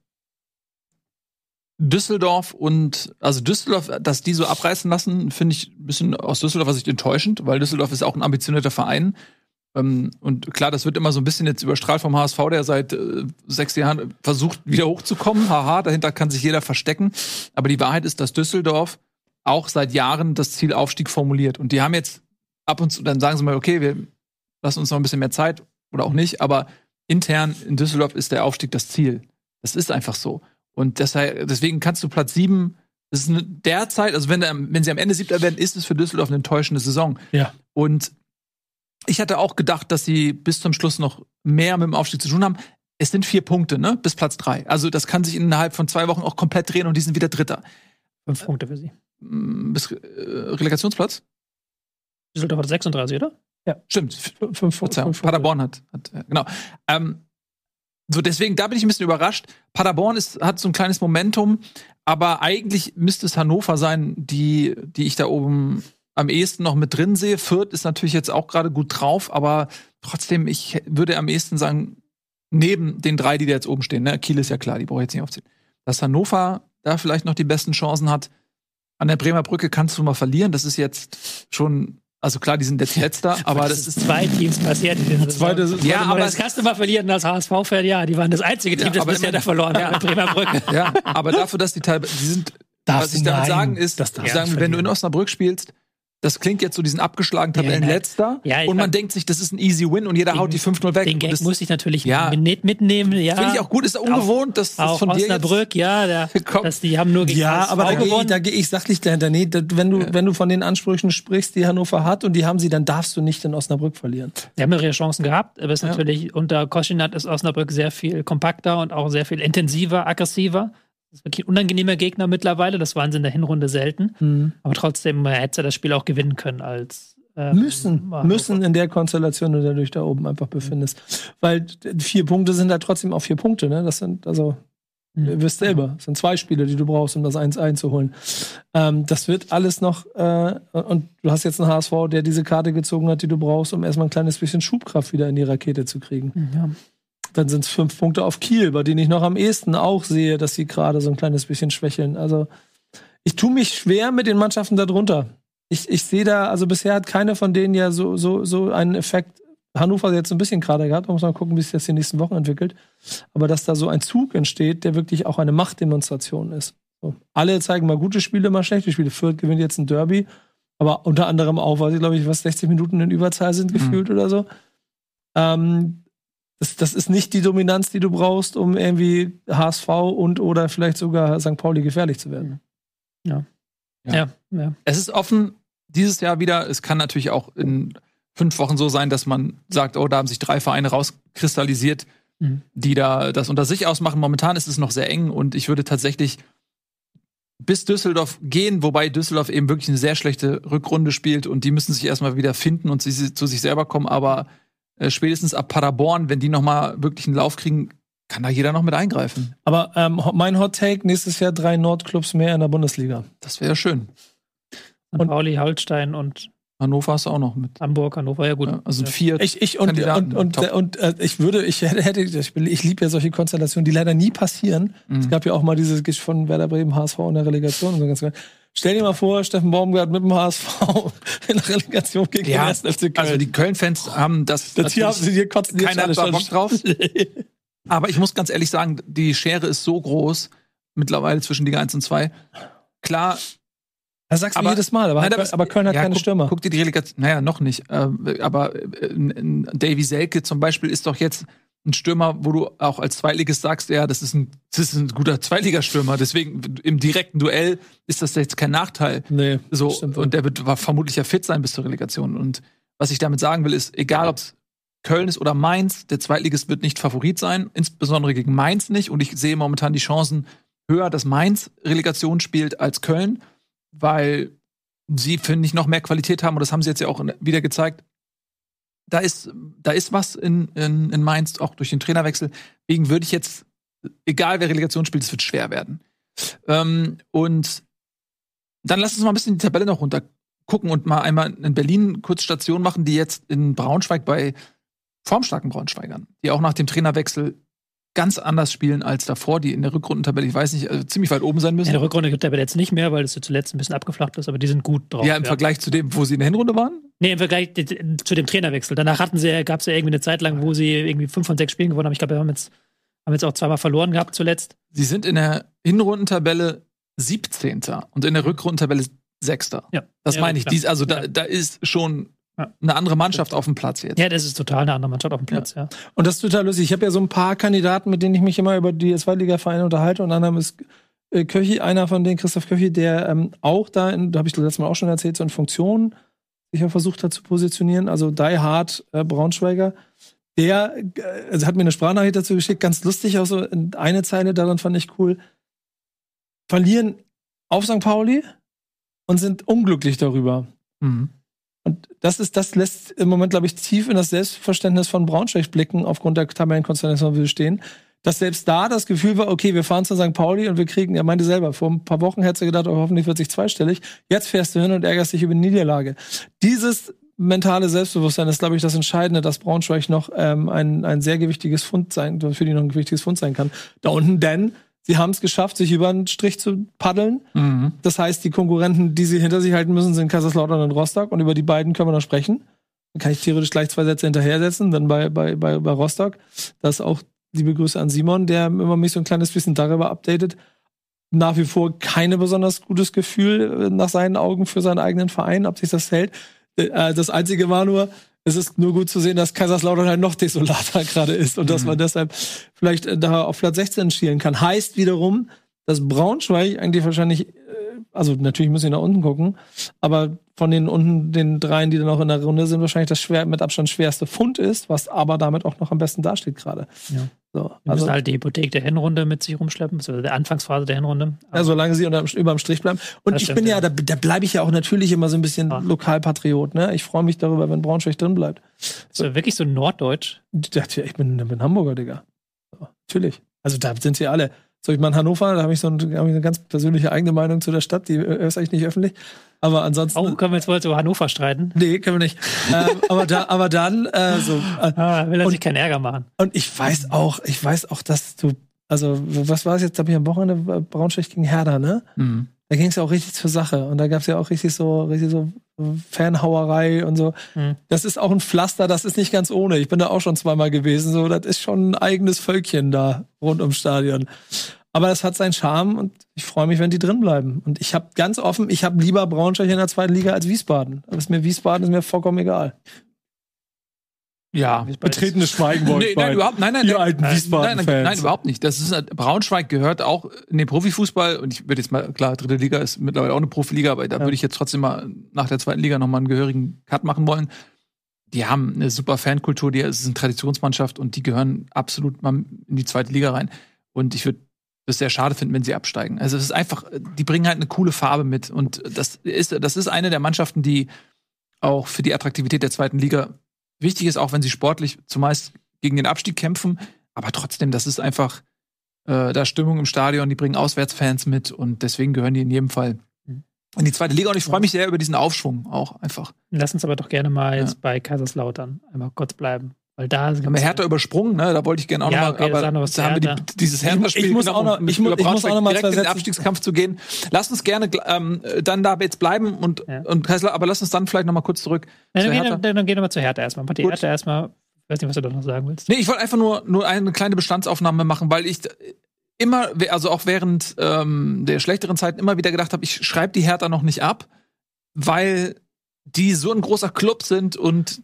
Düsseldorf und, also Düsseldorf, dass die so abreißen lassen, finde ich ein bisschen aus Düsseldorfer Sicht enttäuschend, weil Düsseldorf ist auch ein ambitionierter Verein. Ähm, und klar, das wird immer so ein bisschen jetzt überstrahlt vom H S V, der seit äh, sechs Jahren versucht, wieder hochzukommen. Haha, dahinter kann sich jeder verstecken. Aber die Wahrheit ist, dass Düsseldorf auch seit Jahren das Ziel Aufstieg formuliert. Und die haben jetzt ab und zu, dann sagen sie mal, okay, wir lassen uns noch ein bisschen mehr Zeit oder auch nicht. Aber intern in Düsseldorf ist der Aufstieg das Ziel. Das ist einfach so. Und deshalb, deswegen kannst du Platz sieben, das ist eine, derzeit, also wenn, wenn sie am Ende Siebter werden, ist es für Düsseldorf eine enttäuschende Saison. Ja. Und ich hatte auch gedacht, dass sie bis zum Schluss noch mehr mit dem Aufstieg zu tun haben. Es sind vier Punkte, ne, bis Platz drei. Also das kann sich innerhalb von zwei Wochen auch komplett drehen und die sind wieder Dritter. Fünf Punkte für sie. Bis äh, Relegationsplatz? Düsseldorf hat sechsunddreißig, oder? Ja. Stimmt. Fünf, fünf, Verzeihung, fünf, Paderborn hat, hat äh, genau. Ähm, so deswegen, da bin ich ein bisschen überrascht. Paderborn ist, hat so ein kleines Momentum, aber eigentlich müsste es Hannover sein, die, die ich da oben am ehesten noch mit drin sehe. Fürth ist natürlich jetzt auch gerade gut drauf, aber trotzdem, ich würde am ehesten sagen, neben den drei, die da jetzt oben stehen, ne? Kiel ist ja klar, die brauche ich jetzt nicht aufziehen. Dass Hannover da vielleicht noch die besten Chancen hat. An der Bremer Brücke kannst du mal verlieren. Das ist jetzt schon, also klar, die sind jetzt Letzter, aber das, das ist zwei Teams passiert in den zweite, Saison. zweite Ja, aber das kannst du mal verlieren als H S V-Fan. Ja, die waren das einzige Team, Ja, das aber bisher immer- da verloren hat, Ja. mit Bremer Brücke. Ja, aber dafür, dass die teilweise, die sind, Darfst was ich du- damit nein, sagen ist, das ich darfst sagen, du wenn du in verlieren. Osnabrück spielst, das klingt jetzt so diesen abgeschlagenen Ja, Tabellenletzter ja, ich und man fand- denkt sich, das ist ein easy win und jeder haut die fünf null weg. Den Und Gag das muss ich natürlich Ja. mit, mitnehmen. Ja. finde ich auch gut, ist ungewohnt, dass das Auch von dir jetzt Osnabrück, ja, der, Komm. dass die haben nur gegen Ja, H S V aber da gehe ich, gewonnen. da geh ich sachlich dahinter. Nee, da, wenn, du, Ja. wenn du von den Ansprüchen sprichst, die Hannover hat und die haben sie, dann darfst du nicht in Osnabrück verlieren. Sie haben ihre Chancen gehabt, aber es ist Ja. natürlich unter Koschinat ist Osnabrück sehr viel kompakter und auch sehr viel intensiver, aggressiver. Das ist wirklich ein unangenehmer Gegner mittlerweile. Das waren sie in der Hinrunde selten. Aber trotzdem äh, hätte er das Spiel auch gewinnen können als ähm, Müssen, war- müssen in der Konstellation, in der du dich da oben einfach befindest. Weil vier Punkte sind halt trotzdem auch vier Punkte, ne? Das sind, also, Mhm. ihr wisst selber, das sind zwei Spiele, die du brauchst, um das eins einzuholen. Ähm, das wird alles noch, äh, und du hast jetzt einen H S V, der diese Karte gezogen hat, die du brauchst, um erstmal ein kleines bisschen Schubkraft wieder in die Rakete zu kriegen. Ja. Dann sind es fünf Punkte auf Kiel, bei denen ich noch am ehesten auch sehe, dass sie gerade so ein kleines bisschen schwächeln. Also, ich tue mich schwer mit den Mannschaften darunter. Ich, ich sehe da, also bisher hat keine von denen ja so, so, so einen Effekt. Hannover hat jetzt ein bisschen gerade gehabt, man muss mal gucken, wie sich das die nächsten Wochen entwickelt. Aber dass da so ein Zug entsteht, der wirklich auch eine Machtdemonstration ist. So. Alle zeigen mal gute Spiele, mal schlechte Spiele. Fürth gewinnt jetzt ein Derby, aber unter anderem auch, weil sie, glaube ich, was sechzig Minuten in Überzahl sind, gefühlt oder so. Ähm, das, das ist nicht die Dominanz, die du brauchst, um irgendwie H S V und oder vielleicht sogar Sankt Pauli gefährlich zu werden. Ja. Ja. Ja, ja. Es ist offen dieses Jahr wieder. Es kann natürlich auch in fünf Wochen so sein, dass man sagt, oh, da haben sich drei Vereine rauskristallisiert, Mhm. die da das unter sich ausmachen. Momentan ist es noch sehr eng und ich würde tatsächlich bis Düsseldorf gehen, wobei Düsseldorf eben wirklich eine sehr schlechte Rückrunde spielt und die müssen sich erstmal wieder finden und sie, zu sich selber kommen. Aber äh, spätestens ab Paderborn, wenn die noch mal wirklich einen Lauf kriegen, kann da jeder noch mit eingreifen. Aber ähm, mein Hot Take, nächstes Jahr drei Nordclubs mehr in der Bundesliga. Das wäre schön. Und Pauli, Holstein und Hannover ist auch noch mit. Hamburg, Hannover, ja gut. Ja, also ja. vier. Ich, ich und, Kandidaten, und, und, top. und, äh, ich würde, ich hätte, hätte ich, ich liebe ja solche Konstellationen, die leider nie passieren. Mhm. Es gab ja auch mal dieses Gisch von Werder Bremen, H S V in der Relegation und so ganz geil. Stell dir mal vor, Steffen Baumgart mit dem H S V in der Relegation gegen Ja, den ersten F C Köln. Also die Köln-Fans haben das. das hier, haben natürlich- sie hier kotzen die jetzt keiner alle hat da schon. Bock drauf. Aber ich muss ganz ehrlich sagen, die Schere ist so groß mittlerweile zwischen Liga eins und zwei. Klar, Das sagst du Aber- jedes Mal, aber, Nein, aber, aber Köln hat ja, keine guck, Stürmer. Guck dir die Relegation, naja, noch nicht. Ähm, aber äh, n- Davy Selke zum Beispiel ist doch jetzt ein Stürmer, wo du auch als Zweitligist sagst, ja, das ist ein, das ist ein guter Zweitligastürmer. Deswegen im direkten Duell ist das jetzt kein Nachteil. Nee, So, stimmt wohl. und der wird war vermutlich ja fit sein bis zur Relegation. Und was ich damit sagen will, ist, egal ob es Köln ist oder Mainz, der Zweitligist wird nicht Favorit sein, insbesondere gegen Mainz nicht. Und ich sehe momentan die Chancen höher, dass Mainz Relegation spielt als Köln, weil sie, finde ich, noch mehr Qualität haben. Und das haben sie jetzt ja auch wieder gezeigt. Da ist, da ist was in, in, in Mainz, auch durch den Trainerwechsel. Deswegen würde ich jetzt, egal wer Relegation spielt, es wird schwer werden. Ähm, und dann lass uns mal ein bisschen die Tabelle noch runter gucken und mal einmal in Berlin kurz Station machen, die jetzt in Braunschweig bei formstarken Braunschweigern, die auch nach dem Trainerwechsel ganz anders spielen als davor, die in der Rückrundentabelle, ich weiß nicht, also ziemlich weit oben sein müssen. In der Rückrundentabelle jetzt nicht mehr, weil es ja zuletzt ein bisschen abgeflacht ist, aber die sind gut drauf. Ja, im ja. Vergleich zu dem, wo sie in der Hinrunde waren? Nee, im Vergleich zu dem Trainerwechsel. Danach hatten sie, gab es ja irgendwie eine Zeit lang, wo sie irgendwie fünf von sechs Spielen gewonnen haben. Ich glaube, wir haben jetzt, haben jetzt auch zweimal verloren gehabt zuletzt. Sie sind in der Hinrundentabelle siebzehnter und in der Rückrundentabelle Sechster. Ja. Das ja, meine ich. Dies, also da, da ist schon ja. eine andere Mannschaft auf dem Platz jetzt. Ja, das ist total eine andere Mannschaft auf dem Platz, ja. ja. Und das ist total lustig. Ich habe ja so ein paar Kandidaten, mit denen ich mich immer über die Zweitliga-Vereine unterhalte. Und anderem ist äh, Köchi, einer von denen, Christoph Köchi, der ähm, auch da, in, da habe ich das letzte Mal auch schon erzählt, so in Funktionen sich ja versucht hat zu positionieren. Also Die Hard äh, Braunschweiger. Der äh, also hat mir eine Sprachnachricht dazu geschickt, ganz lustig, auch so eine Zeile daran fand ich cool. Verlieren auf Sankt Pauli und sind unglücklich darüber. Mhm. Und das ist, das lässt im Moment, glaube ich, tief in das Selbstverständnis von Braunschweig blicken, aufgrund der Tabellenkonstellation, wie wir stehen. Dass selbst da das Gefühl war, okay, wir fahren zu Sankt Pauli und wir kriegen, er meinte selber, vor ein paar Wochen hätte er gedacht, oh, hoffentlich wird sich zweistellig. Jetzt fährst du hin und ärgerst dich über die Niederlage. Dieses mentale Selbstbewusstsein ist, glaube ich, das Entscheidende, dass Braunschweig noch ähm, ein, ein sehr gewichtiges Fund sein, für die noch ein gewichtiges Fund sein kann. Da unten, denn sie haben es geschafft, sich über einen Strich zu paddeln. Mhm. Das heißt, die Konkurrenten, die sie hinter sich halten müssen, sind Kaiserslautern und Rostock. Und über die beiden können wir noch sprechen. Dann kann ich theoretisch gleich zwei Sätze hinterhersetzen. Dann bei, bei, bei, bei Rostock. Das ist auch liebe Grüße an Simon, der immer mich so ein kleines bisschen darüber updatet. Nach wie vor keine besonders gutes Gefühl nach seinen Augen für seinen eigenen Verein, ob sich das hält. Das Einzige war nur, es ist nur gut zu sehen, dass Kaiserslautern halt noch desolater gerade ist und mhm. dass man deshalb vielleicht da auf Platz sechzehn schielen kann. Heißt wiederum, dass Braunschweig eigentlich wahrscheinlich, also natürlich müssen wir nach unten gucken, aber von den unten, den dreien, die dann auch in der Runde sind, wahrscheinlich das schwer, mit Abstand schwerste Fund ist, was aber damit auch noch am besten dasteht gerade. Ja. So, wir also müssen halt die Hypothek der Hinrunde mit sich rumschleppen, also der Anfangsphase der Hinrunde. Ja, solange sie unter, über dem Strich bleiben. Und das ich stimmt, bin ja, ja. da, da bleibe ich ja auch natürlich immer so ein bisschen ja. Lokalpatriot. Ne? Ich freue mich darüber, wenn Braunschweig drin bleibt. So. Ist wirklich so norddeutsch? Ich bin, ich bin Hamburger, Digga. So, natürlich. Also da sind sie alle. So, ich meine, Hannover, da habe ich so ein, hab ich eine ganz persönliche eigene Meinung zu der Stadt, die ist eigentlich nicht öffentlich. Aber ansonsten. Oh, können wir jetzt wohl über Hannover streiten? Nee, können wir nicht. ähm, aber, da, aber dann, äh, so. Äh, ah, will er sich keinen Ärger machen. Und ich weiß auch, ich weiß auch, dass du, also, was war es jetzt, glaube ich, am Wochenende, Braunschweig gegen Hertha, ne? Mhm. Da ging es ja auch richtig zur Sache. Und da gab es ja auch richtig so, richtig so Fanhauerei und so. Mhm. Das ist auch ein Pflaster, das ist nicht ganz ohne. Ich bin da auch schon zweimal gewesen. So, das ist schon ein eigenes Völkchen da rund ums Stadion. Aber das hat seinen Charme und ich freue mich, wenn die drin bleiben. Und ich habe ganz offen, ich habe lieber Braunschweig in der zweiten Liga als Wiesbaden. Aber ist mir Wiesbaden ist mir vollkommen egal. Ja, betretenes Schweigen wollte nee, nein, überhaupt, nein, nein, ihr nein, alten nein, Wiesbaden-Fans. Nein, nein, überhaupt nicht. Das ist, Braunschweig gehört auch in den Profifußball und ich würde jetzt mal, klar, dritte Liga ist mittlerweile auch eine Profiliga, aber da ja. würde ich jetzt trotzdem mal nach der zweiten Liga nochmal einen gehörigen Cut machen wollen. Die haben eine super Fankultur, die ist eine Traditionsmannschaft und die gehören absolut mal in die zweite Liga rein. Und ich würde das sehr schade finden, wenn sie absteigen. Also es ist einfach, die bringen halt eine coole Farbe mit und das ist, das ist eine der Mannschaften, die auch für die Attraktivität der zweiten Liga wichtig ist, auch wenn sie sportlich zumeist gegen den Abstieg kämpfen. Aber trotzdem, das ist einfach äh, da Stimmung im Stadion, die bringen Auswärtsfans mit und deswegen gehören die in jedem Fall in die zweite Liga. Und ich freue mich sehr über diesen Aufschwung auch einfach. Lass uns aber doch gerne mal ja. jetzt bei Kaiserslautern einmal kurz bleiben. Weil da haben wir Hertha übersprungen, ne? Da wollte ich gerne auch ja, noch mal, okay, aber noch da haben wir die, dieses Hertha-Spiel. Ich, ich muss auch noch, ich, mu- ich muss auch noch mal direkt in den Abstiegskampf zu gehen. Lass uns gerne ähm, dann da jetzt bleiben und, ja. und Kaiser, aber lass uns dann vielleicht noch mal kurz zurück ja, zu Hertha. Dann, dann gehen wir mal zu Hertha erstmal. Mach die Hertha erstmal. Ich weiß nicht, was du da noch sagen willst. Nee, ich wollte einfach nur, nur eine kleine Bestandsaufnahme machen, weil ich immer, also auch während ähm, der schlechteren Zeiten immer wieder gedacht habe, ich schreibe die Hertha noch nicht ab, weil die so ein großer Club sind und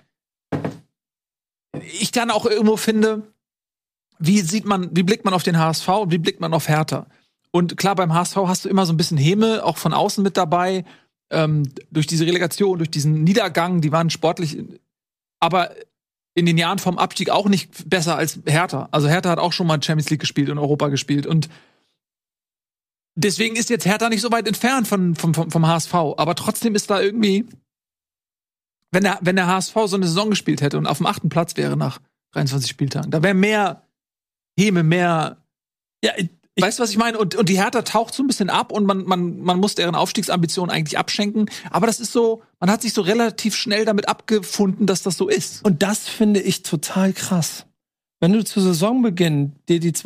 ich dann auch irgendwo finde, wie sieht man, wie blickt man auf den H S V und wie blickt man auf Hertha? Und klar, beim H S V hast du immer so ein bisschen Häme, auch von außen mit dabei, ähm, durch diese Relegation, durch diesen Niedergang, die waren sportlich, aber in den Jahren vom Abstieg auch nicht besser als Hertha. Also Hertha hat auch schon mal Champions League gespielt und Europa gespielt und deswegen ist jetzt Hertha nicht so weit entfernt von, vom, vom, vom H S V, aber trotzdem ist da irgendwie Wenn der, wenn der H S V so eine Saison gespielt hätte und auf dem achten Platz wäre nach dreiundzwanzig Spieltagen, da wäre mehr Häme, mehr. Ja, ich, weißt du, was ich meine? Und, und die Hertha taucht so ein bisschen ab und man, man, man muss deren Aufstiegsambitionen eigentlich abschenken. Aber das ist so, man hat sich so relativ schnell damit abgefunden, dass das so ist. Und das finde ich total krass. wenn du zu Saisonbeginn dir die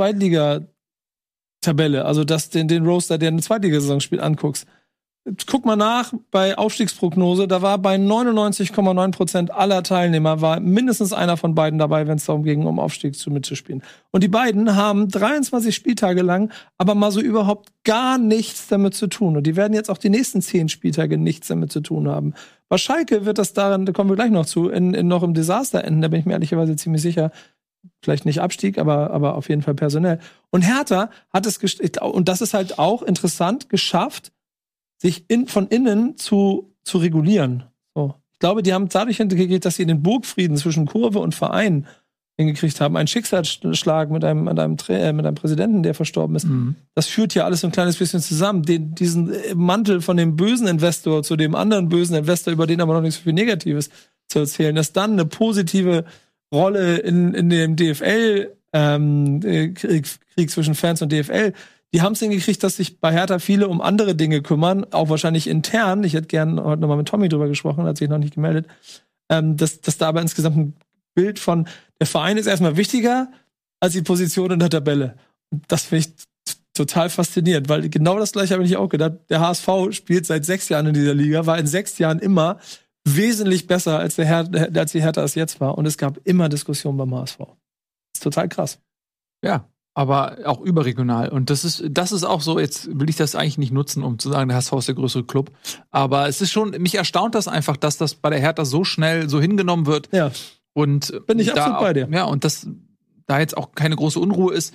Zweitliga-Tabelle, also das, den, den Roster, der eine Zweitligasaison spielt, anguckst, guck mal nach bei Aufstiegsprognose, da war bei neunundneunzig Komma neun Prozent aller Teilnehmer war mindestens einer von beiden dabei, wenn es darum ging, um Aufstieg zu mitzuspielen. Und die beiden haben dreiundzwanzig Spieltage lang aber mal so überhaupt gar nichts damit zu tun. Und die werden jetzt auch die nächsten zehn Spieltage nichts damit zu tun haben. Bei Schalke wird das daran, da kommen wir gleich noch zu, in, in noch im Desaster enden, da bin ich mir ehrlicherweise ziemlich sicher. Vielleicht nicht Abstieg, aber, aber auf jeden Fall personell. Und Hertha hat es, und das ist halt auch interessant, geschafft, sich in, von innen zu, zu regulieren. So. Ich glaube, die haben dadurch hingekriegt, dass sie den Burgfrieden zwischen Kurve und Verein hingekriegt haben. Ein Schicksalsschlag mit einem, mit einem, äh, mit einem Präsidenten, der verstorben ist. Mhm. Das führt ja alles so ein kleines bisschen zusammen. Den, diesen Mantel von dem bösen Investor zu dem anderen bösen Investor, über den aber noch nicht so viel Negatives zu erzählen, dass dann eine positive Rolle in, in dem D F L ähm, Krieg, Krieg zwischen Fans und D F L. Die haben es hingekriegt, dass sich bei Hertha viele um andere Dinge kümmern, auch wahrscheinlich intern. Ich hätte gern heute nochmal mit Tommy drüber gesprochen, hat sich noch nicht gemeldet. Ähm, dass, dass da aber insgesamt ein Bild von, der Verein ist erstmal wichtiger als die Position in der Tabelle. Und das finde ich t- total faszinierend, weil genau das Gleiche habe ich auch gedacht. Der H S V spielt seit sechs Jahren in dieser Liga, war in sechs Jahren immer wesentlich besser, als, der Her- als die Hertha es jetzt war. Und es gab immer Diskussionen beim H S V. Das ist total krass. Ja. Aber auch überregional. Und das ist, das ist auch so, jetzt will ich das eigentlich nicht nutzen, um zu sagen, der H S V ist der größere Club. Aber es ist schon, mich erstaunt das einfach, dass das bei der Hertha so schnell so hingenommen wird. Ja. Und bin ich absolut auch, bei dir. Ja, und dass da jetzt auch keine große Unruhe ist.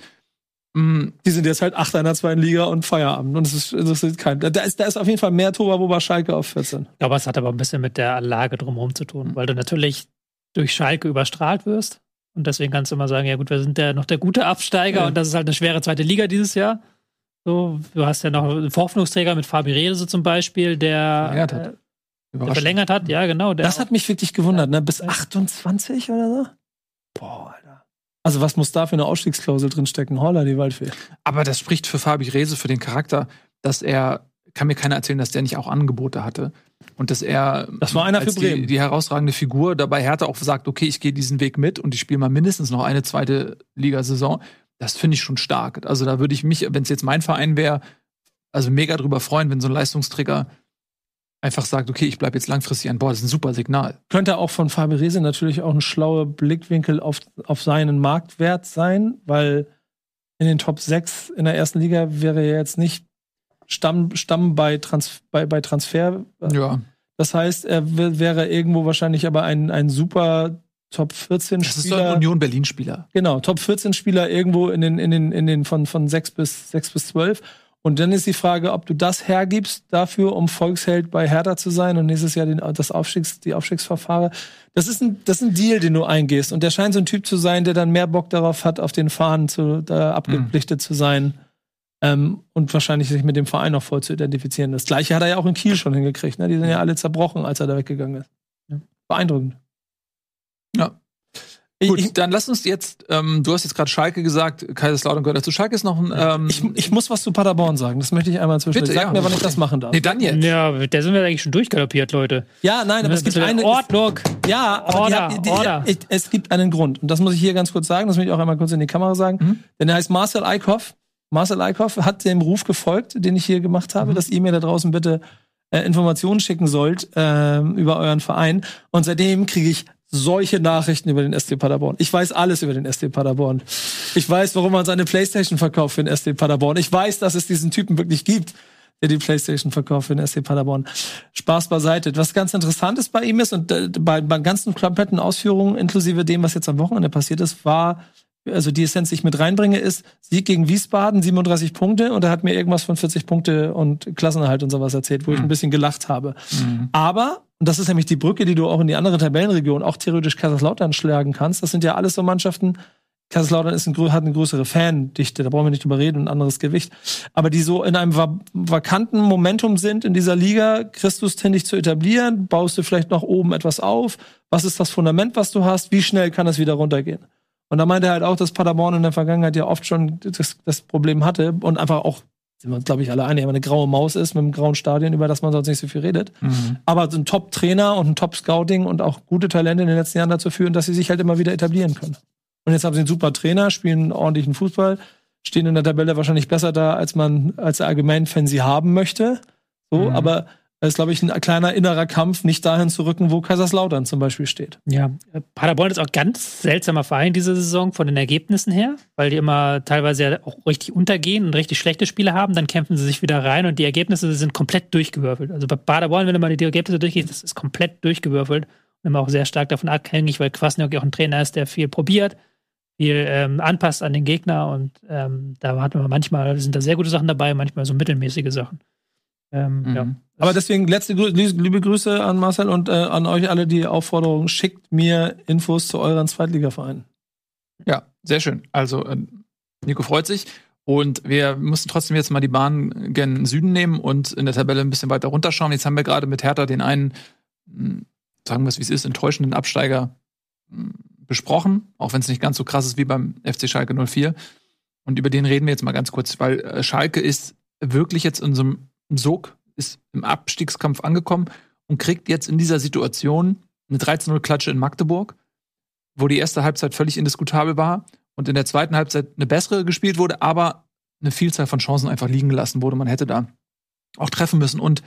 Mh, Die sind jetzt halt Achter in der zweiten Liga und Feierabend. Und es ist, das ist kein, da ist, da ist auf jeden Fall mehr Tohuwabohu bei Schalke auf vierzehn. Ich glaube, es hat aber ein bisschen mit der Lage drumherum zu tun, weil du natürlich durch Schalke überstrahlt wirst. Und deswegen kannst du immer sagen, ja gut, wir sind der, noch der gute Absteiger ja. und das ist halt eine schwere zweite Liga dieses Jahr. So, du hast ja noch einen Hoffnungsträger mit Fabi Rehse zum Beispiel, der verlängert hat. Äh, der verlängert hat, ja genau. Der das hat mich wirklich gewundert, ne? Bis achtundzwanzig oder so? Boah, Alter. Also was muss da für eine Ausstiegsklausel drinstecken? Holla, die Waldfee. Aber das spricht für Fabi Rehse, für den Charakter, dass er, kann mir keiner erzählen, dass der nicht auch Angebote hatte. Und dass er das war einer als für Bremen. Die, die herausragende Figur dabei Hertha auch sagt, okay, ich gehe diesen Weg mit und ich spiele mal mindestens noch eine zweite Ligasaison. Das finde ich schon stark. Also da würde ich mich, wenn es jetzt mein Verein wäre, also mega drüber freuen, wenn so ein Leistungsträger einfach sagt, okay, ich bleibe jetzt langfristig an Bord. Das ist ein super Signal. Könnte auch von Fabi Rehse natürlich auch ein schlauer Blickwinkel auf, auf seinen Marktwert sein, weil in den Top sechs in der ersten Liga wäre er jetzt nicht Stamm, Stamm bei, Trans, bei, bei Transfer. Ja. Das heißt, er w- wäre irgendwo wahrscheinlich aber ein, ein super Top vierzehn Spieler. Das ist so ein Union Berlin-Spieler. Genau, Top vierzehn Spieler irgendwo in den, in den, in den von, von sechs bis zwölf. Und dann ist die Frage, ob du das hergibst dafür, um Volksheld bei Hertha zu sein und nächstes Jahr den, das Aufstiegs, die Aufstiegsverfahren. Das ist, ein, das ist ein Deal, den du eingehst. Und der scheint so ein Typ zu sein, der dann mehr Bock darauf hat, auf den Fahnen zu, da abgepflichtet mhm. zu sein. Ähm, und wahrscheinlich sich mit dem Verein noch voll zu identifizieren. Das Gleiche hat er ja auch in Kiel schon hingekriegt. Ne? Die sind ja alle zerbrochen, als er da weggegangen ist. Ja. Beeindruckend. Ja. Gut, ich, dann lass uns jetzt, ähm, du hast jetzt gerade Schalke gesagt, Kaiserslautern gehört dazu. Schalke ist noch ein... Ähm, ich, ich muss was zu Paderborn sagen, das möchte ich einmal zwischendurch. Sag ja, mir, wann ich das machen darf. Nee, dann jetzt. Ja, da sind wir eigentlich schon durchgaloppiert, Leute. Ja, nein, aber es gibt eine... Ordnung. Ja, aber Order, die, die, Order. Die, es gibt einen Grund. Und das muss ich hier ganz kurz sagen, das möchte ich auch einmal kurz in die Kamera sagen. Mhm. Denn er heißt Marcel Eickhoff. Marcel Eickhoff hat dem Ruf gefolgt, den ich hier gemacht habe, mhm. dass ihr mir da draußen bitte äh, Informationen schicken sollt äh, über euren Verein. Und seitdem kriege ich solche Nachrichten über den S C Paderborn. Ich weiß alles über den S C Paderborn. Ich weiß, warum man seine Playstation verkauft für den S C Paderborn. Ich weiß, dass es diesen Typen wirklich gibt, der die Playstation verkauft für den S C Paderborn. Spaß beiseite. Was ganz interessant ist bei ihm ist, und äh, bei, bei ganzen kompletten Ausführungen, inklusive dem, was jetzt am Wochenende passiert ist, war, also die Essenz, die ich mit reinbringe, ist Sieg gegen Wiesbaden, siebenunddreißig Punkte, und er hat mir irgendwas von vierzig Punkte und Klassenerhalt und sowas erzählt, wo mhm. ich ein bisschen gelacht habe. Mhm. Aber, und das ist nämlich die Brücke, die du auch in die andere Tabellenregion, auch theoretisch Kaiserslautern schlagen kannst, das sind ja alles so Mannschaften, Kaiserslautern ist ein, hat eine größere Fandichte, da brauchen wir nicht drüber reden, ein anderes Gewicht, aber die so in einem vakanten Momentum sind in dieser Liga, Christus-tindig zu etablieren, baust du vielleicht noch oben etwas auf, was ist das Fundament, was du hast, wie schnell kann es wieder runtergehen? Und da meinte er halt auch, dass Paderborn in der Vergangenheit ja oft schon das, das Problem hatte und einfach auch, sind wir uns, glaube ich, alle einig, aber eine graue Maus ist mit einem grauen Stadion, über das man sonst nicht so viel redet. Mhm. Aber so ein Top-Trainer und ein Top-Scouting und auch gute Talente in den letzten Jahren dazu führen, dass sie sich halt immer wieder etablieren können. Und jetzt haben sie einen super Trainer, spielen einen ordentlichen Fußball, stehen in der Tabelle wahrscheinlich besser da, als man als der Allgemeinfan sie haben möchte. So, mhm. aber es ist, glaube ich, ein kleiner innerer Kampf, nicht dahin zu rücken, wo Kaiserslautern zum Beispiel steht. Ja, Paderborn ist auch ganz seltsamer Verein diese Saison von den Ergebnissen her, weil die immer teilweise ja auch richtig untergehen und richtig schlechte Spiele haben, dann kämpfen sie sich wieder rein und die Ergebnisse sind komplett durchgewürfelt. Also bei Paderborn, wenn du mal die Ergebnisse durchgehst, das ist komplett durchgewürfelt und immer auch sehr stark davon abhängig, weil Kwasniok auch ein Trainer ist, der viel probiert, viel ähm, anpasst an den Gegner und ähm, da hat man manchmal, sind da sehr gute Sachen dabei, manchmal so mittelmäßige Sachen. Ähm, mhm. ja. Aber deswegen letzte Grü- liebe Grüße an Marcel und äh, an euch alle die Aufforderung, schickt mir Infos zu euren Zweitligavereinen. Ja, sehr schön. Also äh, Nico freut sich und wir mussten trotzdem jetzt mal die Bahn gen Süden nehmen und in der Tabelle ein bisschen weiter runterschauen. Jetzt haben wir gerade mit Hertha den einen, mh, sagen wir es wie es ist, enttäuschenden Absteiger mh, besprochen, auch wenn es nicht ganz so krass ist wie beim F C Schalke null vier. Und über den reden wir jetzt mal ganz kurz, weil äh, Schalke ist wirklich jetzt in so einem Sog, ist im Abstiegskampf angekommen und kriegt jetzt in dieser Situation eine dreizehn null Klatsche in Magdeburg, wo die erste Halbzeit völlig indiskutabel war und in der zweiten Halbzeit eine bessere gespielt wurde, aber eine Vielzahl von Chancen einfach liegen gelassen wurde. Man hätte da auch treffen müssen. Und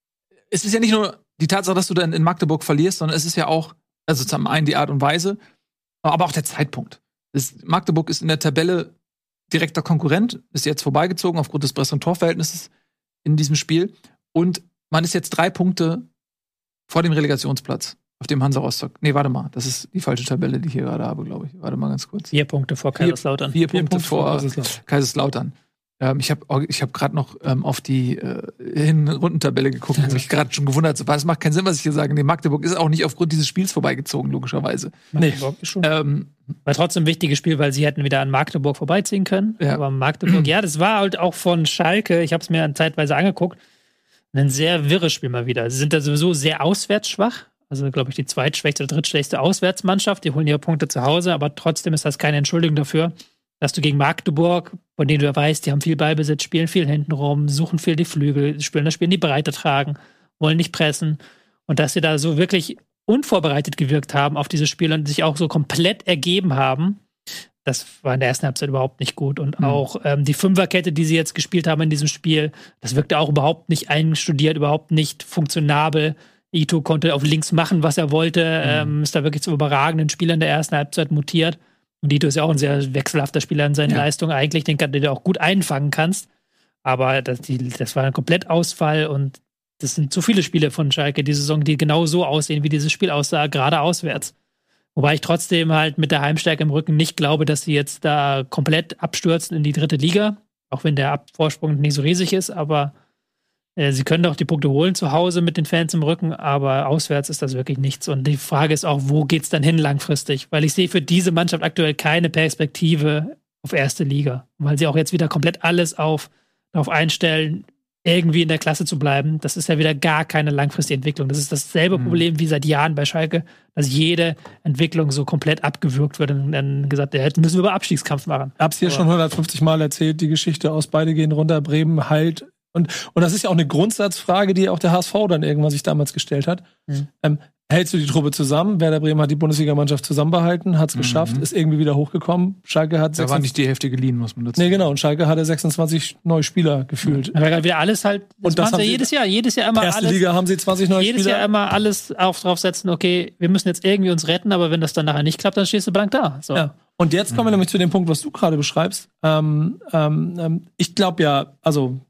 es ist ja nicht nur die Tatsache, dass du dann in Magdeburg verlierst, sondern es ist ja auch, also zum einen die Art und Weise, aber auch der Zeitpunkt. Das, Magdeburg ist in der Tabelle direkter Konkurrent, ist jetzt vorbeigezogen aufgrund des besseren Torverhältnisses in diesem Spiel. Und man ist jetzt drei Punkte vor dem Relegationsplatz, auf dem Hansa Rostock. Nee, warte mal, das ist die falsche Tabelle, die ich hier gerade habe, glaube ich. Warte mal ganz kurz. Vier Punkte vor Kaiserslautern. Vier, vier, vier Punkte, Punkte vor Kaiserslautern. Kaiserslautern. Ähm, ich habe ich hab gerade noch ähm, auf die äh, Hin-Rundentabelle geguckt und mich gerade schon gewundert. So, das macht keinen Sinn, was ich hier sage. Nee, Magdeburg ist auch nicht aufgrund dieses Spiels vorbeigezogen, logischerweise. Magdeburg nee. schon. Ähm, war trotzdem ein wichtiges Spiel, weil sie hätten wieder an Magdeburg vorbeiziehen können. Ja. Aber Magdeburg, ja, das war halt auch von Schalke, ich habe es mir zeitweise angeguckt, ein sehr wirres Spiel mal wieder. Sie sind da sowieso sehr auswärts schwach. Also, glaube ich, die zweitschwächste oder drittschwächste Auswärtsmannschaft. Die holen ihre Punkte zu Hause, aber trotzdem ist das keine Entschuldigung dafür, dass du gegen Magdeburg, von denen du ja weißt, die haben viel Ballbesitz, spielen viel hintenrum, suchen viel die Flügel, spielen das Spiel in die Breite tragen, wollen nicht pressen. Und dass sie da so wirklich unvorbereitet gewirkt haben auf dieses Spiel und sich auch so komplett ergeben haben, das war in der ersten Halbzeit überhaupt nicht gut. Und mhm. auch ähm, die Fünferkette, die sie jetzt gespielt haben in diesem Spiel, das wirkte auch überhaupt nicht einstudiert, überhaupt nicht funktionabel. Ito konnte auf links machen, was er wollte, mhm. ähm, ist da wirklich zum überragenden Spieler in der ersten Halbzeit mutiert. Und Ito ist ja auch ein sehr wechselhafter Spieler in seinen ja. Leistungen eigentlich, den, den du auch gut einfangen kannst. Aber das, die, das war ein Komplettausfall und das sind zu viele Spiele von Schalke diese Saison, die genau so aussehen, wie dieses Spiel aussah, gerade auswärts. Wobei ich trotzdem halt mit der Heimstärke im Rücken nicht glaube, dass sie jetzt da komplett abstürzen in die dritte Liga, auch wenn der Vorsprung nicht so riesig ist, aber äh, sie können doch die Punkte holen zu Hause mit den Fans im Rücken, aber auswärts ist das wirklich nichts. Und die Frage ist auch, wo geht's dann hin langfristig? Weil ich sehe für diese Mannschaft aktuell keine Perspektive auf erste Liga, weil sie auch jetzt wieder komplett alles auf, darauf einstellen, irgendwie in der Klasse zu bleiben. Das ist ja wieder gar keine langfristige Entwicklung. Das ist dasselbe mhm. Problem wie seit Jahren bei Schalke, dass jede Entwicklung so komplett abgewürgt wird und dann gesagt, ja, jetzt müssen wir über Abstiegskampf machen. Ich hab's hier Aber schon hundertfünfzig Mal erzählt, die Geschichte aus Beide gehen runter, Bremen halt. Und, und das ist ja auch eine Grundsatzfrage, die auch der H S V dann irgendwann sich damals gestellt hat. Mhm. Ähm, hältst du die Truppe zusammen? Werder Bremen hat die Bundesligamannschaft zusammenbehalten, hat's mhm. geschafft, ist irgendwie wieder hochgekommen. Schalke hat Da war nicht die Hälfte geliehen, muss man dazu sagen. Nee, genau. Und Schalke hatte sechsundzwanzig neue Spieler gefühlt. Ja. Aber wieder alles halt, das und das haben sie ja jedes Jahr, jedes Jahr immer erste alles. Liga haben sie zwanzig neue jedes Spieler. Jedes Jahr immer alles auf, draufsetzen, okay, wir müssen jetzt irgendwie uns retten, aber wenn das dann nachher nicht klappt, dann stehst du blank da. So. Ja. Und jetzt kommen wir nämlich zu dem Punkt, was du gerade beschreibst. Ähm, ähm, ich glaube ja, also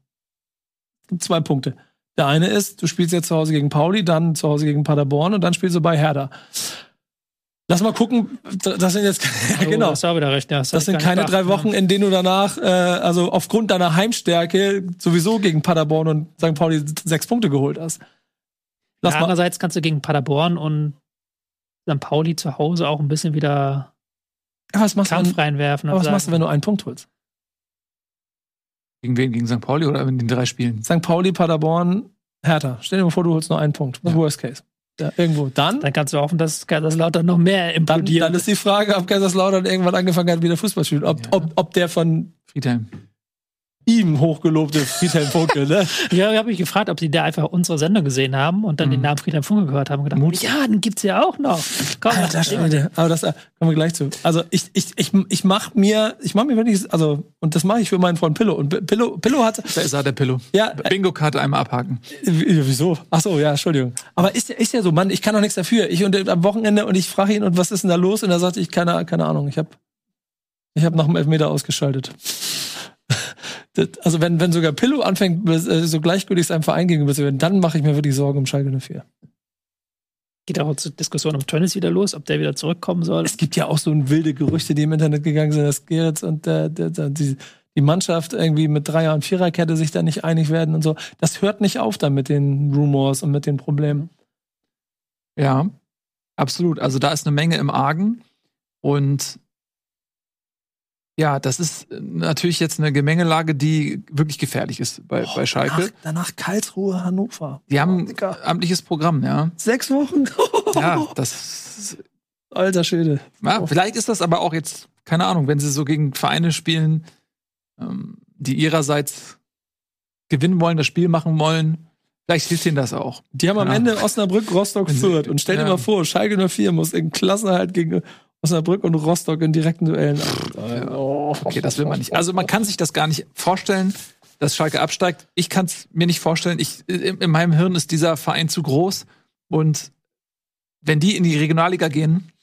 es gibt zwei Punkte. Der eine ist, du spielst jetzt zu Hause gegen Pauli, dann zu Hause gegen Paderborn und dann spielst du bei Hertha. Lass mal gucken, das sind jetzt, ja, genau. Oh, das war wieder recht, ja, das, das sind keine drei Wochen, in denen du danach, äh, also aufgrund deiner Heimstärke sowieso gegen Paderborn und Sankt Pauli sechs Punkte geholt hast. Lass ja, mal. Andererseits kannst du gegen Paderborn und Sankt Pauli zu Hause auch ein bisschen wieder ja, was machst Kampf du, wenn, reinwerfen. Aber was sagen, machst du, wenn du einen Punkt holst? Gegen wen? Gegen Sankt Pauli oder in den drei Spielen? Sankt Pauli, Paderborn, Hertha. Stell dir mal vor, du holst nur einen Punkt. Ja. Worst case. Ja, irgendwo. Dann, dann kannst du hoffen, dass Kaiserslautern noch mehr implodiert. Dann, dann ist die Frage, ob Kaiserslautern irgendwann angefangen hat, wieder Fußball zu spielen. Ob, ja. ob, ob der von Friedhelm. ihm hochgelobte Friedhelm Funkel, ne? Ja, ich habe mich gefragt, ob sie da einfach unsere Sendung gesehen haben und dann mhm. den Namen Friedhelm Funkel gehört haben und gedacht, Mut. ja, den gibt's ja auch noch. Komm, Alter, Schwede. Aber das kommen wir gleich zu. Also ich, ich, ich, ich mach mir, ich mach mir wirklich, also, und das mache ich für meinen Freund Pillow. Und Pillow, Pillow hat. Da ist er, der Pillow. Ja. Bingo-Karte einmal abhaken. Wieso? Ach so, ja, Entschuldigung. Aber ist ja, ist ja so, Mann, ich kann doch nichts dafür. Ich und am Wochenende und ich frage ihn, und was ist denn da los? Und er sagt, ich keine, keine Ahnung, ich habe ich hab nach dem Elfmeter ausgeschaltet. Das, also wenn, wenn sogar Pillow anfängt, so gleichgültig seinem Verein gegenüber zu werden, dann mache ich mir wirklich Sorgen um Schalke null vier. Geht auch zur Diskussion um Tönnies wieder los, ob der wieder zurückkommen soll. Es gibt ja auch so wilde Gerüchte, die im Internet gegangen sind, dass Gerets und der, der, der, die, die Mannschaft irgendwie mit Dreier- und Viererkette sich da nicht einig werden und so. Das hört nicht auf dann mit den Rumors und mit den Problemen. Ja, absolut. Also da ist eine Menge im Argen. Und ja, das ist natürlich jetzt eine Gemengelage, die wirklich gefährlich ist bei, oh, bei Schalke. Danach, danach Karlsruhe, Hannover. Die haben ein oh, amtliches Programm, ja. Sechs Wochen? Ja, das alter Schwede. Ja, oh. Vielleicht ist das aber auch jetzt, keine Ahnung, wenn sie so gegen Vereine spielen, ähm, die ihrerseits gewinnen wollen, das Spiel machen wollen, vielleicht hilft ihnen das auch. Die haben am ja. Ende Osnabrück, Rostock, Fürth. Und stell dir ja. mal vor, Schalke null vier muss in Klassenerhalt gegen Osnabrück und Rostock in direkten Duellen. Oh, okay, das will man nicht. Also man kann sich das gar nicht vorstellen, dass Schalke absteigt. Ich kann es mir nicht vorstellen. Ich, in, in meinem Hirn ist dieser Verein zu groß. Und wenn die in die Regionalliga gehen,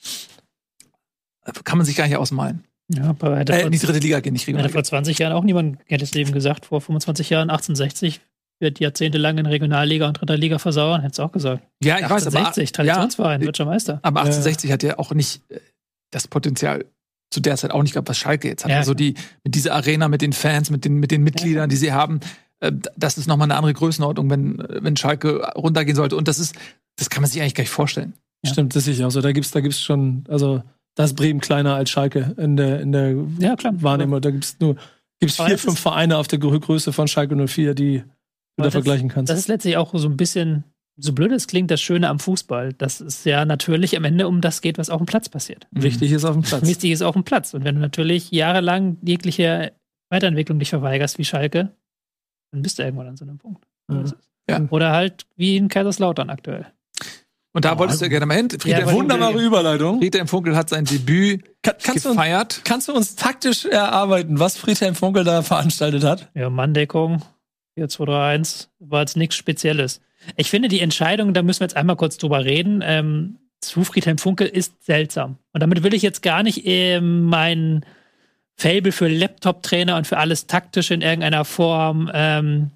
kann man sich gar nicht ausmalen. Ja, aber hätte äh, in die dritte Liga gehen, nicht Regionalliga. Hätte vor zwanzig Jahren auch niemand hätte es eben gesagt. Vor fünfundzwanzig Jahren, achtzehnhundertsechzig, wird jahrzehntelang in Regionalliga und dritter Liga versauern, hätte es auch gesagt. Ja, ich weiß, aber achtzehnhundertsechzig, Traditionsverein, ja, Deutscher Meister. Aber achtzehnhundertsechzig hat ja auch nicht das Potenzial zu der Zeit auch nicht gehabt, was Schalke jetzt hat. Ja, also die, mit dieser Arena, mit den Fans, mit den, mit den Mitgliedern, ja, die sie haben, äh, das ist nochmal eine andere Größenordnung, wenn, wenn Schalke runtergehen sollte. Und das ist, das kann man sich eigentlich gar nicht vorstellen. Ja. Stimmt, das ist sicher. Also da gibt's, da gibt's schon, also da ist Bremen kleiner als Schalke in der, in der ja, klar. Wahrnehmung. Da gibt's nur, gibt's vier, fünf Vereine auf der Größe von Schalke null vier, die du da vergleichen kannst. Das ist letztlich auch so ein bisschen, so blöd es klingt, das Schöne am Fußball, dass es ja natürlich am Ende um das geht, was auf dem Platz passiert. Wichtig ist auf dem Platz. Wichtig ist auf dem Platz. Und wenn du natürlich jahrelang jegliche Weiterentwicklung dich verweigerst wie Schalke, dann bist du irgendwann an so einem Punkt. Ja. Ja. Oder halt wie in Kaiserslautern aktuell. Und da oh, wolltest du ja gerne mal hin. Friedhelm ja, wunderbare Funkel, Überleitung. Friedhelm Funkel hat sein Debüt Kann, kannst gefeiert. Du uns, kannst du uns taktisch erarbeiten, was Friedhelm Funkel da veranstaltet hat? Ja, Manndeckung, vier zwei drei eins, war jetzt nichts Spezielles. Ich finde, die Entscheidung, da müssen wir jetzt einmal kurz drüber reden, ähm, zu Friedhelm Funkel ist seltsam. Und damit will ich jetzt gar nicht ähm, mein Faible für Laptop-Trainer und für alles taktisch in irgendeiner Form ähm,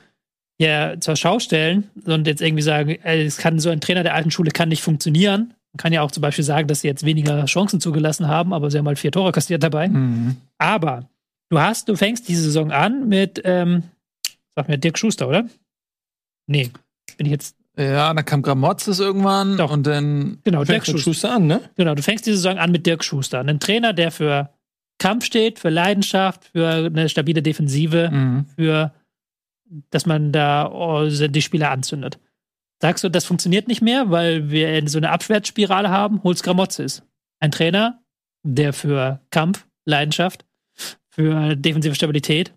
ja, zur Schau stellen und jetzt irgendwie sagen, äh, es kann so ein Trainer der alten Schule kann nicht funktionieren. Man kann ja auch zum Beispiel sagen, dass sie jetzt weniger Chancen zugelassen haben, aber sie haben halt vier Tore kassiert dabei. Mhm. Aber du hast, du fängst die Saison an mit, ähm, sag mir, Dirk Schuster, oder? Nee, bin ich jetzt. Ja, dann kam Gramotzes irgendwann. Doch. Und dann genau, Dirk Schuster. Schuster an, ne? Genau, du fängst die Saison an mit Dirk Schuster. Ein Trainer, der für Kampf steht, für Leidenschaft, für eine stabile Defensive, mhm. für dass man da oh, die Spieler anzündet. Sagst du, das funktioniert nicht mehr, weil wir so eine Abwärtsspirale haben, holst Gramotzes. Ein Trainer, der für Kampf, Leidenschaft, für defensive Stabilität,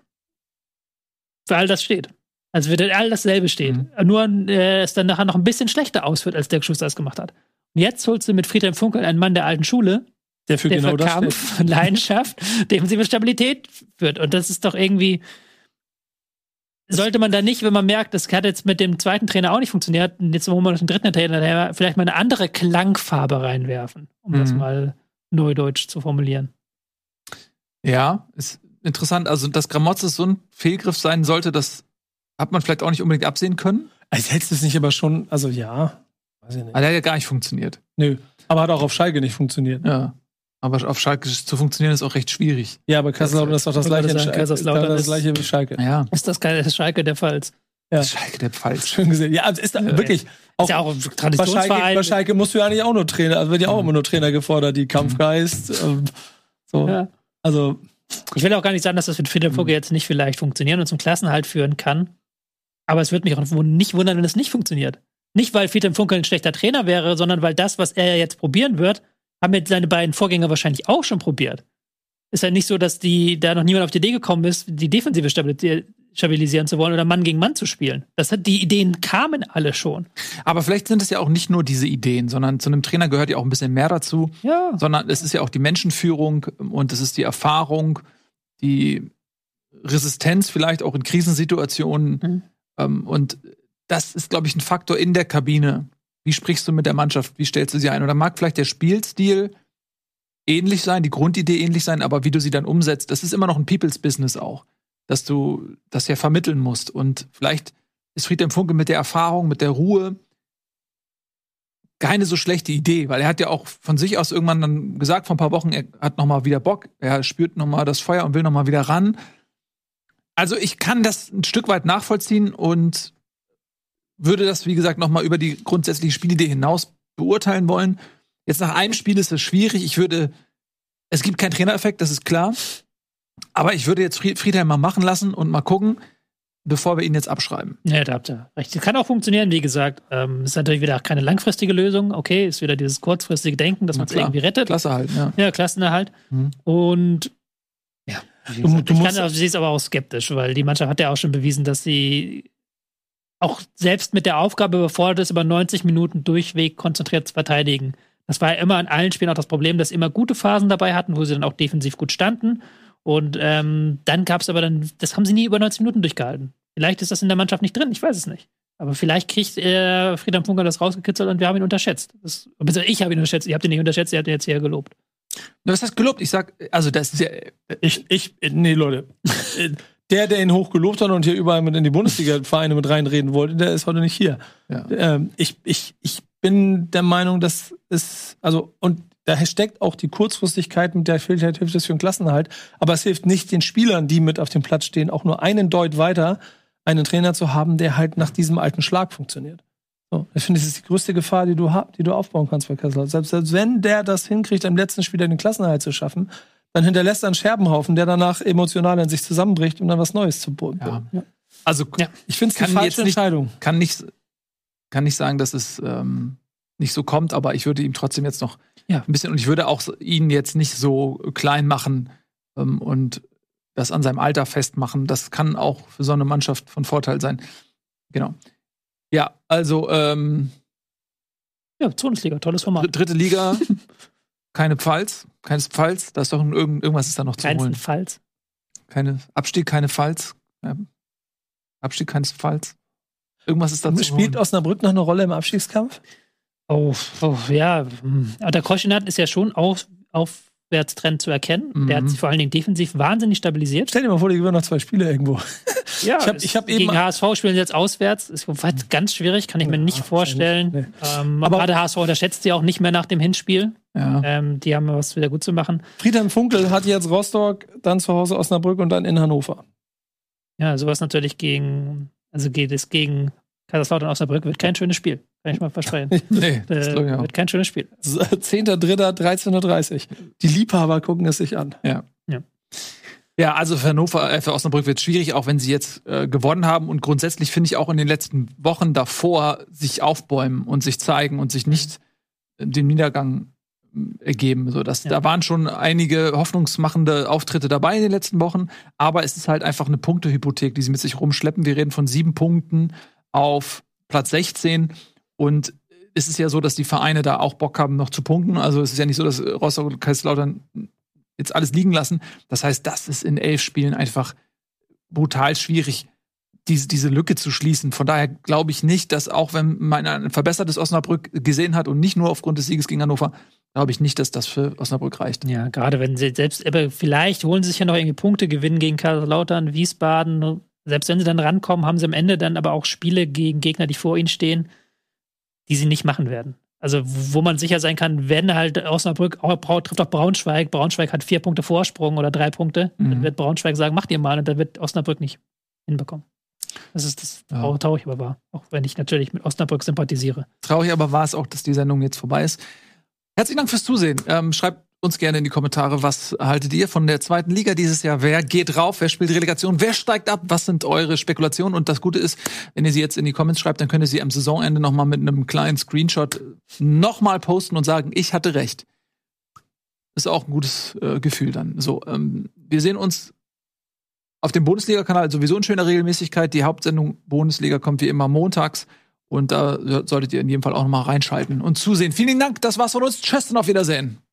für all das steht. Also wird all dasselbe steht. Mhm. Nur äh, es dann nachher noch ein bisschen schlechter ausführt, als Dirk Schuster es gemacht hat. Und jetzt holst du mit Friedhelm Funkel einen Mann der alten Schule, der für, der genau für das Kampf, steht. Leidenschaft, defensive Stabilität führt. Und das ist doch irgendwie. Sollte man da nicht, wenn man merkt, das hat jetzt mit dem zweiten Trainer auch nicht funktioniert, und jetzt holen wir noch den dritten Trainer, der vielleicht mal eine andere Klangfarbe reinwerfen, um mhm. das mal neudeutsch zu formulieren. Ja, ist interessant. Also, dass Gramotzes so ein Fehlgriff sein sollte, das hat man vielleicht auch nicht unbedingt absehen können. Als hättest du es nicht aber schon, also ja, weiß ich nicht. Aber der hat ja gar nicht funktioniert. Nö, aber hat auch auf Schalke nicht funktioniert. Ja. Aber auf Schalke zu funktionieren ist auch recht schwierig. Ja, aber Kaiserslautern ist doch das gleiche, sagen, Kaiserslautern das gleiche wie Schalke. Ja. Ist das geil, ist Schalke der Pfalz? Ja. Das ist Schalke der Pfalz. Schön gesehen. Ja, ist da ja, wirklich. Auch, ist ja auch ein Traditionsverein. Bei Schalke, bei Schalke musst du ja eigentlich auch nur Trainer, also wird ja auch immer nur Trainer gefordert, die Kampfgeist. Ähm, so. Ja. Also. Ich will auch gar nicht sagen, dass das mit Friedhelm Funkel jetzt nicht vielleicht funktionieren und zum Klassenhalt führen kann. Aber es würde mich auch nicht wundern, wenn es nicht funktioniert. Nicht, weil Friedhelm Funkel ein schlechter Trainer wäre, sondern weil das, was er jetzt probieren wird, haben jetzt seine beiden Vorgänger wahrscheinlich auch schon probiert. ist ja nicht so, dass die da noch niemand auf die Idee gekommen ist, die Defensive stabilisieren. stabilisieren zu wollen oder Mann gegen Mann zu spielen. Das hat, die Ideen kamen alle schon. Aber vielleicht sind es ja auch nicht nur diese Ideen, sondern zu einem Trainer gehört ja auch ein bisschen mehr dazu. Ja. Sondern es ist ja auch die Menschenführung und es ist die Erfahrung, die Resistenz vielleicht auch in Krisensituationen. Mhm. Ähm, und das ist, glaube ich, ein Faktor in der Kabine. Wie sprichst du mit der Mannschaft? Wie stellst du sie ein? Oder mag vielleicht der Spielstil ähnlich sein, die Grundidee ähnlich sein, aber wie du sie dann umsetzt, das ist immer noch ein People's Business auch. Dass du das ja vermitteln musst. Und vielleicht ist Friedhelm Funkel mit der Erfahrung, mit der Ruhe keine so schlechte Idee, weil er hat ja auch von sich aus irgendwann dann gesagt, vor ein paar Wochen, er hat noch mal wieder Bock, er spürt noch mal das Feuer und will noch mal wieder ran. Also ich kann das ein Stück weit nachvollziehen und würde das, wie gesagt, noch mal über die grundsätzliche Spielidee hinaus beurteilen wollen. Jetzt nach einem Spiel ist es schwierig. Ich würde, es gibt keinen Trainereffekt, das ist klar. Aber ich würde jetzt Friedhelm mal machen lassen und mal gucken, bevor wir ihn jetzt abschreiben. Ja, da habt ihr recht. Kann auch funktionieren, wie gesagt. Ähm, ist natürlich wieder keine langfristige Lösung. Okay, ist wieder dieses kurzfristige Denken, dass man es irgendwie rettet. Klasse halt, ja. Ja, Klassenerhalt. Mhm. Und ja, du, gesagt, du ich musst kann, sie ist aber auch skeptisch, weil die Mannschaft hat ja auch schon bewiesen, dass sie auch selbst mit der Aufgabe überfordert ist, über neunzig Minuten durchweg konzentriert zu verteidigen. Das war ja immer in allen Spielen auch das Problem, dass sie immer gute Phasen dabei hatten, wo sie dann auch defensiv gut standen. Und ähm, dann gab es aber dann, das haben sie nie über neunzig Minuten durchgehalten. Vielleicht ist das in der Mannschaft nicht drin, ich weiß es nicht. Aber vielleicht kriegt äh, Friedhelm Funkel das rausgekitzelt und wir haben ihn unterschätzt. Das, ich habe ihn unterschätzt, ihr habt ihn nicht unterschätzt, ihr habt ihn jetzt hier gelobt. Was heißt gelobt? Ich sag, also das ist ja. Ich, ich, nee, Leute. Der, der ihn hoch gelobt hat und hier überall mit in die Bundesliga-Vereine mit reinreden wollte, der ist heute nicht hier. Ja. Ähm, ich, ich, ich bin der Meinung, dass es, also, und da steckt auch die Kurzfristigkeit, mit der hilft es für den Klassenerhalt. Aber es hilft nicht den Spielern, die mit auf dem Platz stehen, auch nur einen Deut weiter, einen Trainer zu haben, der halt nach diesem alten Schlag funktioniert. So, ich finde, das ist die größte Gefahr, die du, hab, die du aufbauen kannst bei Kaiserslautern. Selbst, selbst wenn der das hinkriegt, am letzten Spiel den Klassenerhalt zu schaffen, dann hinterlässt er einen Scherbenhaufen, der danach emotional in sich zusammenbricht, um dann was Neues zu bauen. Ja. Ja. Also, ja. Ich finde es eine falsche nicht, Entscheidung. Kann nicht, kann nicht sagen, dass es ähm, nicht so kommt, aber ich würde ihm trotzdem jetzt noch ja. ein bisschen, und ich würde auch ihn jetzt nicht so klein machen ähm, und das an seinem Alter festmachen. Das kann auch für so eine Mannschaft von Vorteil sein. Genau. Ja, also ähm, ja, Bundesliga, tolles Format. Dritte Liga, keine Pfalz, keines Pfalz, da ist doch irgend, irgendwas ist da noch zu Keins holen. Pfalz. Keine Abstieg, keine Pfalz. Ja. Abstieg, keines Pfalz. Irgendwas ist da zu holen. Spielt Osnabrück noch eine Rolle im Abstiegskampf? Oh, oh ja. Aber der Koschinat ist ja schon auf, Aufwärtstrend zu erkennen. Mhm. Der hat sich vor allen Dingen defensiv wahnsinnig stabilisiert. Stell dir mal vor, die gewinnen noch zwei Spiele irgendwo. Ja, ich hab, ich hab gegen eben H S V spielen sie jetzt auswärts. Ist ganz schwierig, kann ich mir ja, nicht vorstellen. Nee. Ähm, aber gerade H S V unterschätzt sie auch nicht mehr nach dem Hinspiel. Ja. Ähm, die haben was wieder gut zu machen. Friedhelm Funkel hat jetzt Rostock, dann zu Hause Osnabrück und dann in Hannover. Ja, sowas natürlich gegen, also geht es gegen Kaiserslautern Osnabrück, wird kein schönes Spiel. Kann ich mal versprechen. Nee, das äh, ich auch. Wird kein schönes Spiel. zehnter dritter dreizehn Uhr dreißig. Die Liebhaber gucken es sich an. Ja. Ja. Ja, also für Hannover, äh, für Osnabrück wird es schwierig, auch wenn sie jetzt äh, gewonnen haben. Und grundsätzlich finde ich auch in den letzten Wochen davor sich aufbäumen und sich zeigen und sich nicht äh, dem Niedergang äh, ergeben. So, dass, ja. Da waren schon einige hoffnungsmachende Auftritte dabei in den letzten Wochen. Aber es ist halt einfach eine Punktehypothek, die sie mit sich rumschleppen. Wir reden von sieben Punkten auf Platz sechzehn. Und es ist ja so, dass die Vereine da auch Bock haben, noch zu punkten. Also es ist ja nicht so, dass Rostock und Kaiserslautern jetzt alles liegen lassen. Das heißt, das ist in elf Spielen einfach brutal schwierig, diese, diese Lücke zu schließen. Von daher glaube ich nicht, dass auch wenn man ein verbessertes Osnabrück gesehen hat und nicht nur aufgrund des Sieges gegen Hannover, glaube ich nicht, dass das für Osnabrück reicht. Ja, gerade wenn sie selbst, aber vielleicht holen sie sich ja noch irgendwie Punkte, gewinnen gegen Kaiserslautern, Wiesbaden. Selbst wenn sie dann rankommen, haben sie am Ende dann aber auch Spiele gegen Gegner, die vor ihnen stehen, die sie nicht machen werden. Also wo man sicher sein kann, wenn halt Osnabrück auch, trifft auch Braunschweig, Braunschweig hat vier Punkte Vorsprung oder drei Punkte, mhm. dann wird Braunschweig sagen, macht ihr mal, und dann wird Osnabrück nicht hinbekommen. Das ist das ja. traurig aber wahr, auch wenn ich natürlich mit Osnabrück sympathisiere. Traurig aber war es auch, dass die Sendung jetzt vorbei ist. Herzlichen Dank fürs Zusehen. Ähm, schreibt uns gerne in die Kommentare, was haltet ihr von der zweiten Liga dieses Jahr? Wer geht rauf? Wer spielt Relegation? Wer steigt ab? Was sind eure Spekulationen? Und das Gute ist, wenn ihr sie jetzt in die Comments schreibt, dann könnt ihr sie am Saisonende nochmal mit einem kleinen Screenshot nochmal posten und sagen, ich hatte recht. ist auch ein gutes äh, Gefühl dann. So, ähm, wir sehen uns auf dem Bundesliga-Kanal sowieso in schöner Regelmäßigkeit. Die Hauptsendung Bundesliga kommt wie immer montags. Und da solltet ihr in jedem Fall auch noch mal reinschalten und zusehen. Vielen Dank, das war's von uns. Tschüss und auf Wiedersehen.